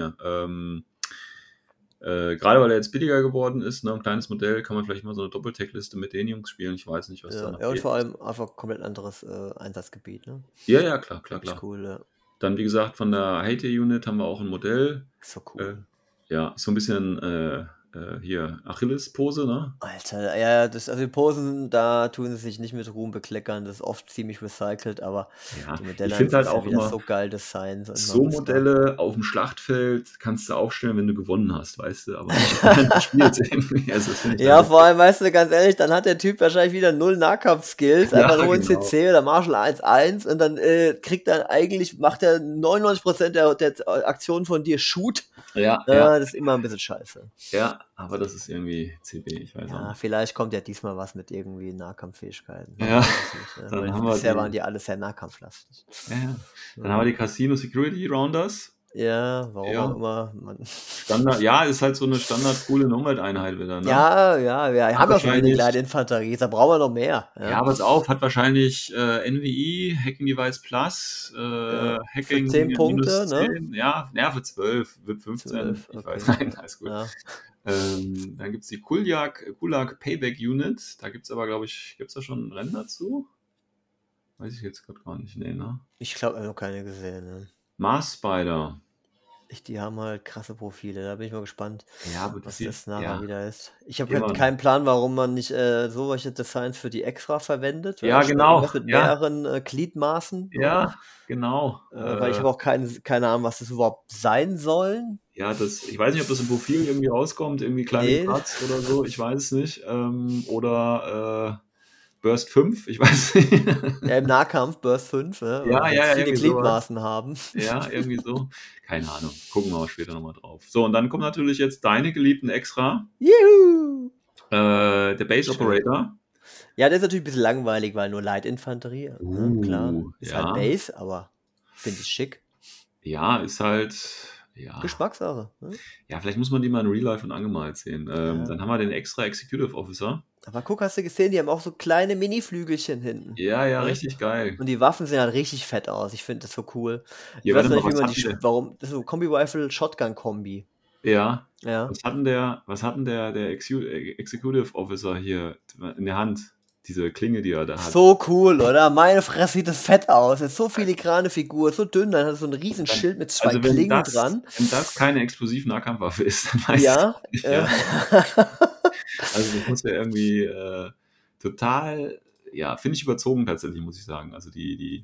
Gerade weil er jetzt billiger geworden ist, ne, ein kleines Modell, kann man vielleicht mal so eine Doppeltech-Liste mit den Jungs spielen. Ich weiß nicht, was da noch Ja, und geht. vor allem einfach komplett anderes Einsatzgebiet, ne? Ja, klar. Richtig cool, ja. Dann, wie gesagt, von der Hate-Unit haben wir auch ein Modell. Ist so cool. Ja, so ein bisschen hier Achilles-Pose, ne? Alter, ja, also die Posen, da tun sie sich nicht mit Ruhm bekleckern, das ist oft ziemlich recycelt, aber Ja, die ich Modelle finde halt sind auch wieder immer so geil Designs. Und so man muss da- Modelle auf dem Schlachtfeld kannst du aufstellen, wenn du gewonnen hast, weißt du, aber nicht während des Spiels irgendwie. Also, das find ich Ja, dann- vor allem, weißt du, ganz ehrlich, dann hat der Typ wahrscheinlich wieder 0 Nahkampf-Skills, Ja, einfach nur in genau. CC oder Martial 1-1 und dann macht er 99% der Aktionen von dir Shoot. Ja, Das ist immer ein bisschen scheiße. ja, aber das ist irgendwie CB, ich weiß auch Ja, nicht. vielleicht kommt ja diesmal was mit irgendwie Nahkampffähigkeiten. Man Ja, weiß es nicht, ne? dann Weil haben wir bisher die- waren die alle sehr nahkampflastig. Ja. Dann haben wir die Casino Security Rounders. Ja, warum Ja. auch immer. Standard, ja, ist halt so eine standard coole Nomad-Einheit wieder, ne? Ja, wir haben ja schon eine wahrscheinlich- kleine Infanterie, da brauchen wir noch mehr. Ja, pass auf, hat wahrscheinlich NVI, Hacking Device Plus, Hacking Für 10 Punkte, minus ne? 10, ja, für 12, VIP 15, 12, ich okay. weiß, nein, alles gut. Ja. Dann gibt es die Gulag Payback Unit, da gibt es aber, glaube ich, gibt es da schon ein Rennen dazu? Weiß ich jetzt gerade gar nicht, nee, ne? Ich glaube, ich habe noch keine gesehen. Ne? Mars Spider, Die haben halt krasse Profile, da bin ich mal gespannt, ja, aber was das das sieht, nachher ja, wieder ist. Ich habe Immer. halt keinen Plan, warum man nicht solche Designs für die Extra verwendet. Ja, Statt genau, irgendwas mit ja. mehreren Gliedmaßen. So. ja, genau. Weil ich habe auch keine Ahnung, was das überhaupt sein sollen. Ja, ich weiß nicht, ob das im Profil irgendwie rauskommt, irgendwie kleine Nee. Parts oder so, ich weiß es nicht. Oder Burst 5, ich weiß nicht. Ja, im Nahkampf, Burst 5, ne? Ja, weil ja, viele irgendwie Gliedmaßen haben. Ja, irgendwie so. Keine Ahnung. Gucken wir mal später nochmal drauf. So, und dann kommt natürlich jetzt deine geliebten Extra. Juhu! Der Base Schön. Operator. Ja, der ist natürlich ein bisschen langweilig, weil nur Light-Infanterie. Ne? Klar, ist ja. halt Base, aber finde ich schick. Ja, ist halt. Ja. Geschmackssache. Ne? Ja, vielleicht muss man die mal in Real Life und angemalt sehen. Ja. Dann haben wir den extra Executive Officer. Aber guck, hast du gesehen, die haben auch so kleine Mini-Flügelchen hinten. Ja, Ja. richtig geil. Und die Waffen sehen halt richtig fett aus. Ich finde das so cool. Ich Ja, weiß warte noch mal, nicht, wie man was die. hatten Warum? Das ist so Kombi-Rifle-Shotgun-Kombi. Ja. Ja. Was hatten der Executive Officer hier in der Hand? Diese Klinge, die er da hat. So cool, oder? Meine Fresse, sieht das fett aus. Das ist so filigrane Figur, so dünn, dann hat er so ein riesen Schild mit zwei wenn Klingen das, dran. Wenn das keine Explosiv-Nahkampfwaffe ist, dann weiß Ja. ich nicht. Also das muss ja irgendwie total, ja, finde ich überzogen tatsächlich, muss ich sagen. Also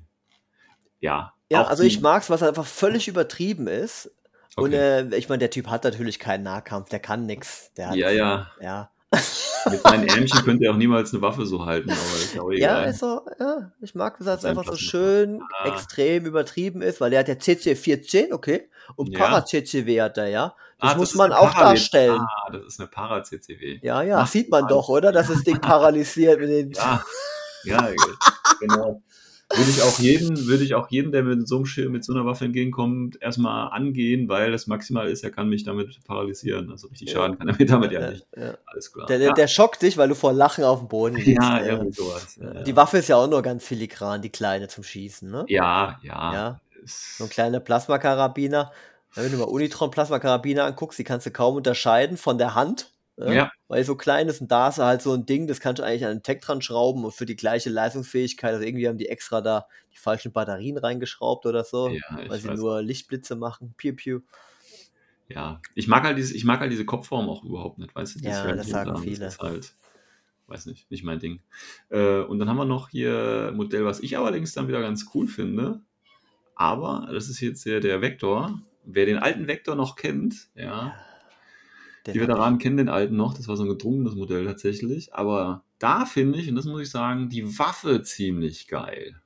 ja. Ja, auch also die- ich mag es, was einfach völlig übertrieben ist. Und Okay. ich meine, der Typ hat natürlich keinen Nahkampf, der kann nix. Der hat, Ja. Ja, Mit seinen Ärmchen könnte er auch niemals eine Waffe so halten, aber ist auch ja, egal. also, ja, ich mag das, dass es Sein einfach so Plasma. schön Ah. extrem übertrieben ist, weil der hat ja CC 14, okay, und Ja. Para-CCW hat er, ja. Das muss ist man eine auch Para- darstellen. Das ist eine Para-CCW. Ja, ja, Ach, sieht man Mann. doch, oder? Dass das Ding paralysiert mit den... Ja, genau. Würde ich auch jeden, der mit so einem Schirm, mit so einer Waffe entgegenkommt, erstmal angehen, weil das maximal ist, er kann mich damit paralysieren. Also richtig Schaden kann er mir damit ja nicht. Ja. Alles klar. Der schockt dich, weil du vor Lachen auf dem Boden liegst. Ja, ne? irgendwie sowas. Ja. Die Waffe ist ja auch nur ganz filigran, die kleine zum Schießen, ne? Ja. So ein kleiner Plasmakarabiner. Wenn du mal Unitron-Plasmakarabiner anguckst, die kannst du kaum unterscheiden von der Hand. Ja. Weil so klein ist und da ist halt so ein Ding, das kannst du eigentlich an den Tech dran schrauben und für die gleiche Leistungsfähigkeit, also irgendwie haben die extra da die falschen Batterien reingeschraubt oder so, Ja, weil ich sie weiß. nur Lichtblitze machen. Piu, piu. Ja, ich mag halt diese Kopfform auch überhaupt nicht, weißt du? dieses Ja, Hörnchen das sagen da, viele. Das ist halt, weiß nicht mein Ding. Und dann haben wir noch hier ein Modell, was ich allerdings dann wieder ganz cool finde, aber das ist jetzt der Vector. Wer den alten Vector noch kennt, ja, Den Die hab Veteranen kennen den alten noch, das war so ein gedrungenes Modell tatsächlich. Aber da finde ich, und das muss ich sagen, die Waffe ziemlich geil.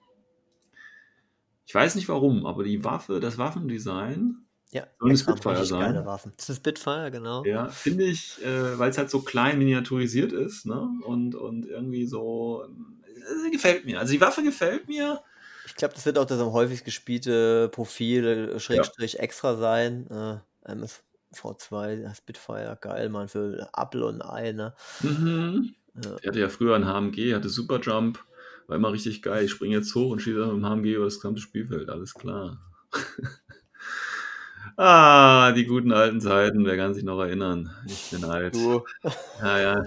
Ich weiß nicht warum, aber die Waffe, das Waffendesign, Ja, soll eine extra Spitfire richtig geile sein. Waffen. Das ist eine Spitfire, genau. Ja, finde ich, weil es halt so klein miniaturisiert ist, ne? Und irgendwie so, gefällt mir. Also die Waffe gefällt mir. Ich glaube, das wird auch das am häufigst gespielte Profil, Ja. Schrägstrich extra sein. MSV2, Spitfire, geil, Mann, für Apfel und ein Ei, ne? Mhm. Ja. Der hatte ja früher einen HMG, hatte Superjump, war immer richtig geil. Ich springe jetzt hoch und schieße mit dem HMG über das gesamte Spielfeld, alles klar. Die guten alten Zeiten, wer kann sich noch erinnern? Ich bin alt. Du. Ja.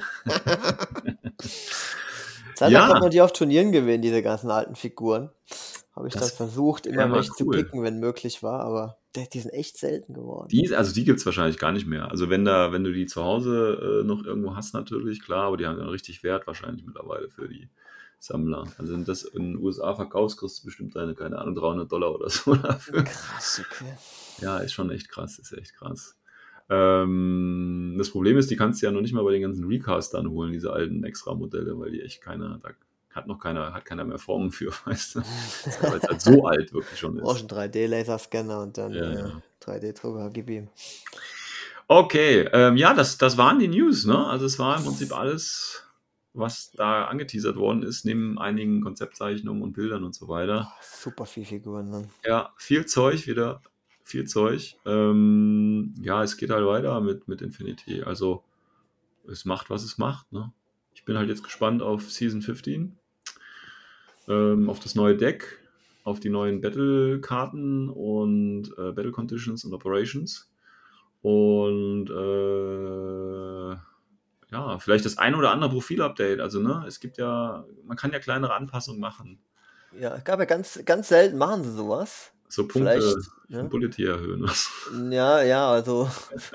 Zeitlang Ja. konnte man die auf Turnieren gewinnen, diese ganzen alten Figuren. Habe ich dann Das versucht, wär immer mal welche zu cool. picken, wenn möglich war, aber die sind echt selten geworden. Die gibt es wahrscheinlich gar nicht mehr. Also wenn du die zu Hause noch irgendwo hast, natürlich, klar, aber die haben dann richtig Wert wahrscheinlich mittlerweile für die Sammler. Also wenn du das in den USA verkaufst, kriegst du bestimmt deine, keine Ahnung, $300 oder so dafür. Krass, okay. Ja, ist schon echt krass, ist echt krass. Das Problem ist, die kannst du ja noch nicht mal bei den ganzen Recastern holen, diese alten Extra-Modelle, weil die echt keiner mehr Formen für, weißt du. Weil es halt so alt wirklich schon Auch ist. ein 3D-Laserscanner und dann Ja. 3D-Drucker, gib ihm. Okay, das waren die News, ne? Also es war im Prinzip alles, was da angeteasert worden ist, neben einigen Konzeptzeichnungen und Bildern und so weiter. Super viel Figuren dann. Ja, viel Zeug wieder. Viel Zeug. Es geht halt weiter mit Infinity. Also es macht, was es macht. Ne? Ich bin halt jetzt gespannt auf Season 15. Auf das neue Deck, auf die neuen Battle-Karten und Battle Conditions und Operations. Und vielleicht das ein oder andere Profil-Update. Also, ne, man kann ja kleinere Anpassungen machen. Ja, es gab ja ganz selten machen sie sowas. So Punkte Vielleicht, vom ne? Bullet erhöhen. Ja, also.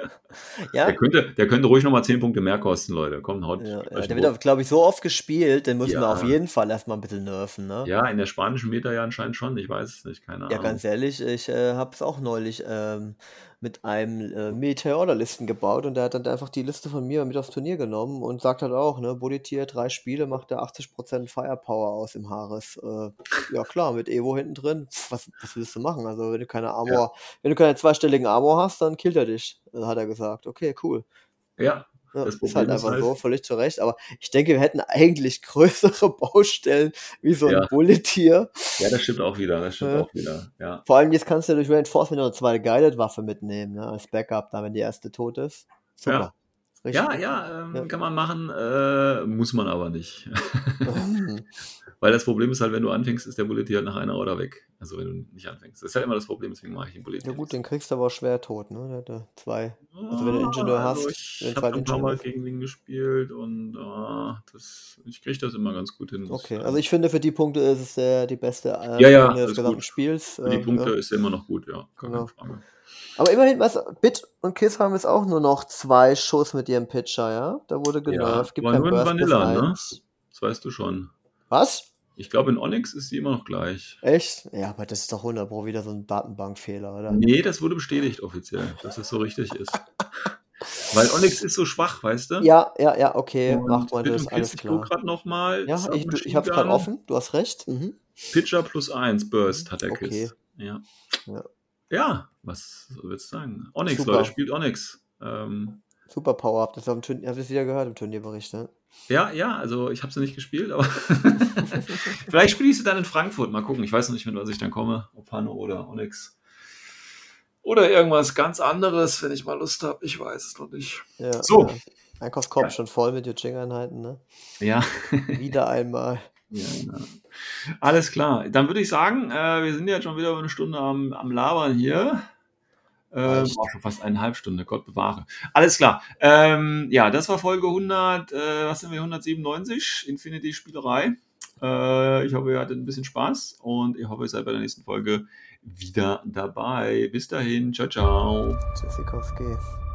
Ja, Der könnte ruhig nochmal 10 Punkte mehr kosten, Leute. Kommt, haut ja, euch der einen wird, glaube ich, so oft gespielt, den müssen wir Ja. auf jeden Fall erstmal ein bisschen nerven, ne? Ja, in der spanischen Meta ja anscheinend schon. Ich weiß es nicht, keine Ja, Ahnung. ganz ehrlich, ich habe es auch neulich mit einem Meteor-Listen gebaut und der hat dann einfach die Liste von mir mit aufs Turnier genommen und sagt halt auch, ne, Boditier, 3 Spiele, macht er 80% Firepower aus im Haares. Ja klar, mit Evo hinten drin, was willst du machen? Also wenn du keine Armor, wenn du keine zweistelligen Armor hast, dann killt er dich, hat er gesagt. Okay, cool. Ja, Ja, das ist Problem halt ist einfach halt, so, völlig zu Recht, aber ich denke, wir hätten eigentlich größere Baustellen wie so ein Ja. Bullet-Tier. ja, das stimmt auch wieder, ja. Vor allem jetzt kannst du durch Reinforcement noch eine zweite Guided-Waffe mitnehmen, ne, als Backup, da wenn die erste tot ist. Super. Richtig gut. Ja, Ja. kann man machen, muss man aber nicht. Mhm. Weil das Problem ist halt, wenn du anfängst, ist der Bullet halt nach einer oder weg. Also wenn du nicht anfängst. Das ist halt immer das Problem, deswegen mache ich den Bullet Ja gut, den kriegst du aber auch schwer tot, ne? Der hat da 2. Also wenn du nicht. Ingenieur Also hast, ich wenn habe du ein paar Mal Ingenieur. gegen den gespielt und ich kriege das immer ganz gut hin. muss Okay, sagen. also ich finde, für die Punkte ist es die beste Ja, Runde des alles gesamten gut. Spiels. Für die Punkte Ja. ist er immer noch gut, ja. Gar Genau. keine Frage. Aber immerhin, weißt du, Bit und Kiss haben jetzt auch nur noch 2 Schuss mit ihrem Pitcher, ja? Da wurde genervt, gibt aber kein nur in Burst plus Vanilla, ne? 1. Das weißt du schon. Was? Ich glaube, in Onyx ist sie immer noch gleich. Echt? Ja, aber das ist doch 100 Pro wieder so ein Datenbankfehler, oder? Nee, das wurde bestätigt offiziell, dass es so richtig ist. Weil Onyx ist so schwach, weißt du? Ja, okay, Und macht man Bit das, und alles Kiss, ich gucke klar. gerade nochmal. Ja, ich hab's gerade offen, du hast recht. Mhm. Pitcher plus 1 Burst hat der Okay. Kiss. Ja. Ja. Ja, was willst du sagen? Onyx, Super. Leute, spielt Onyx. Super Power-Up, das habt ihr wieder gehört im Turnierbericht, ne? Ja, also ich habe sie nicht gespielt, aber vielleicht spiele ich sie dann in Frankfurt. Mal gucken. Ich weiß noch nicht, mit was ich dann komme. Ob Hanno oder Onyx. Oder irgendwas ganz anderes, wenn ich mal Lust habe. Ich weiß es noch nicht. Ja, So. ja. Einkaufskorb schon voll mit Yuching-Einheiten, ne? Ja. Wieder einmal. Ja, genau. Alles klar. Dann würde ich sagen, wir sind jetzt schon wieder über eine Stunde am Labern hier. Reicht. Auch schon fast 1,5 Stunde, Gott bewahre. Alles klar. Das war Folge 100, was sind wir, 197, Infinity-Spielerei. Ich hoffe, ihr hattet ein bisschen Spaß und ich hoffe, ihr seid bei der nächsten Folge wieder dabei. Bis dahin, ciao, ciao. Tschüssikowski.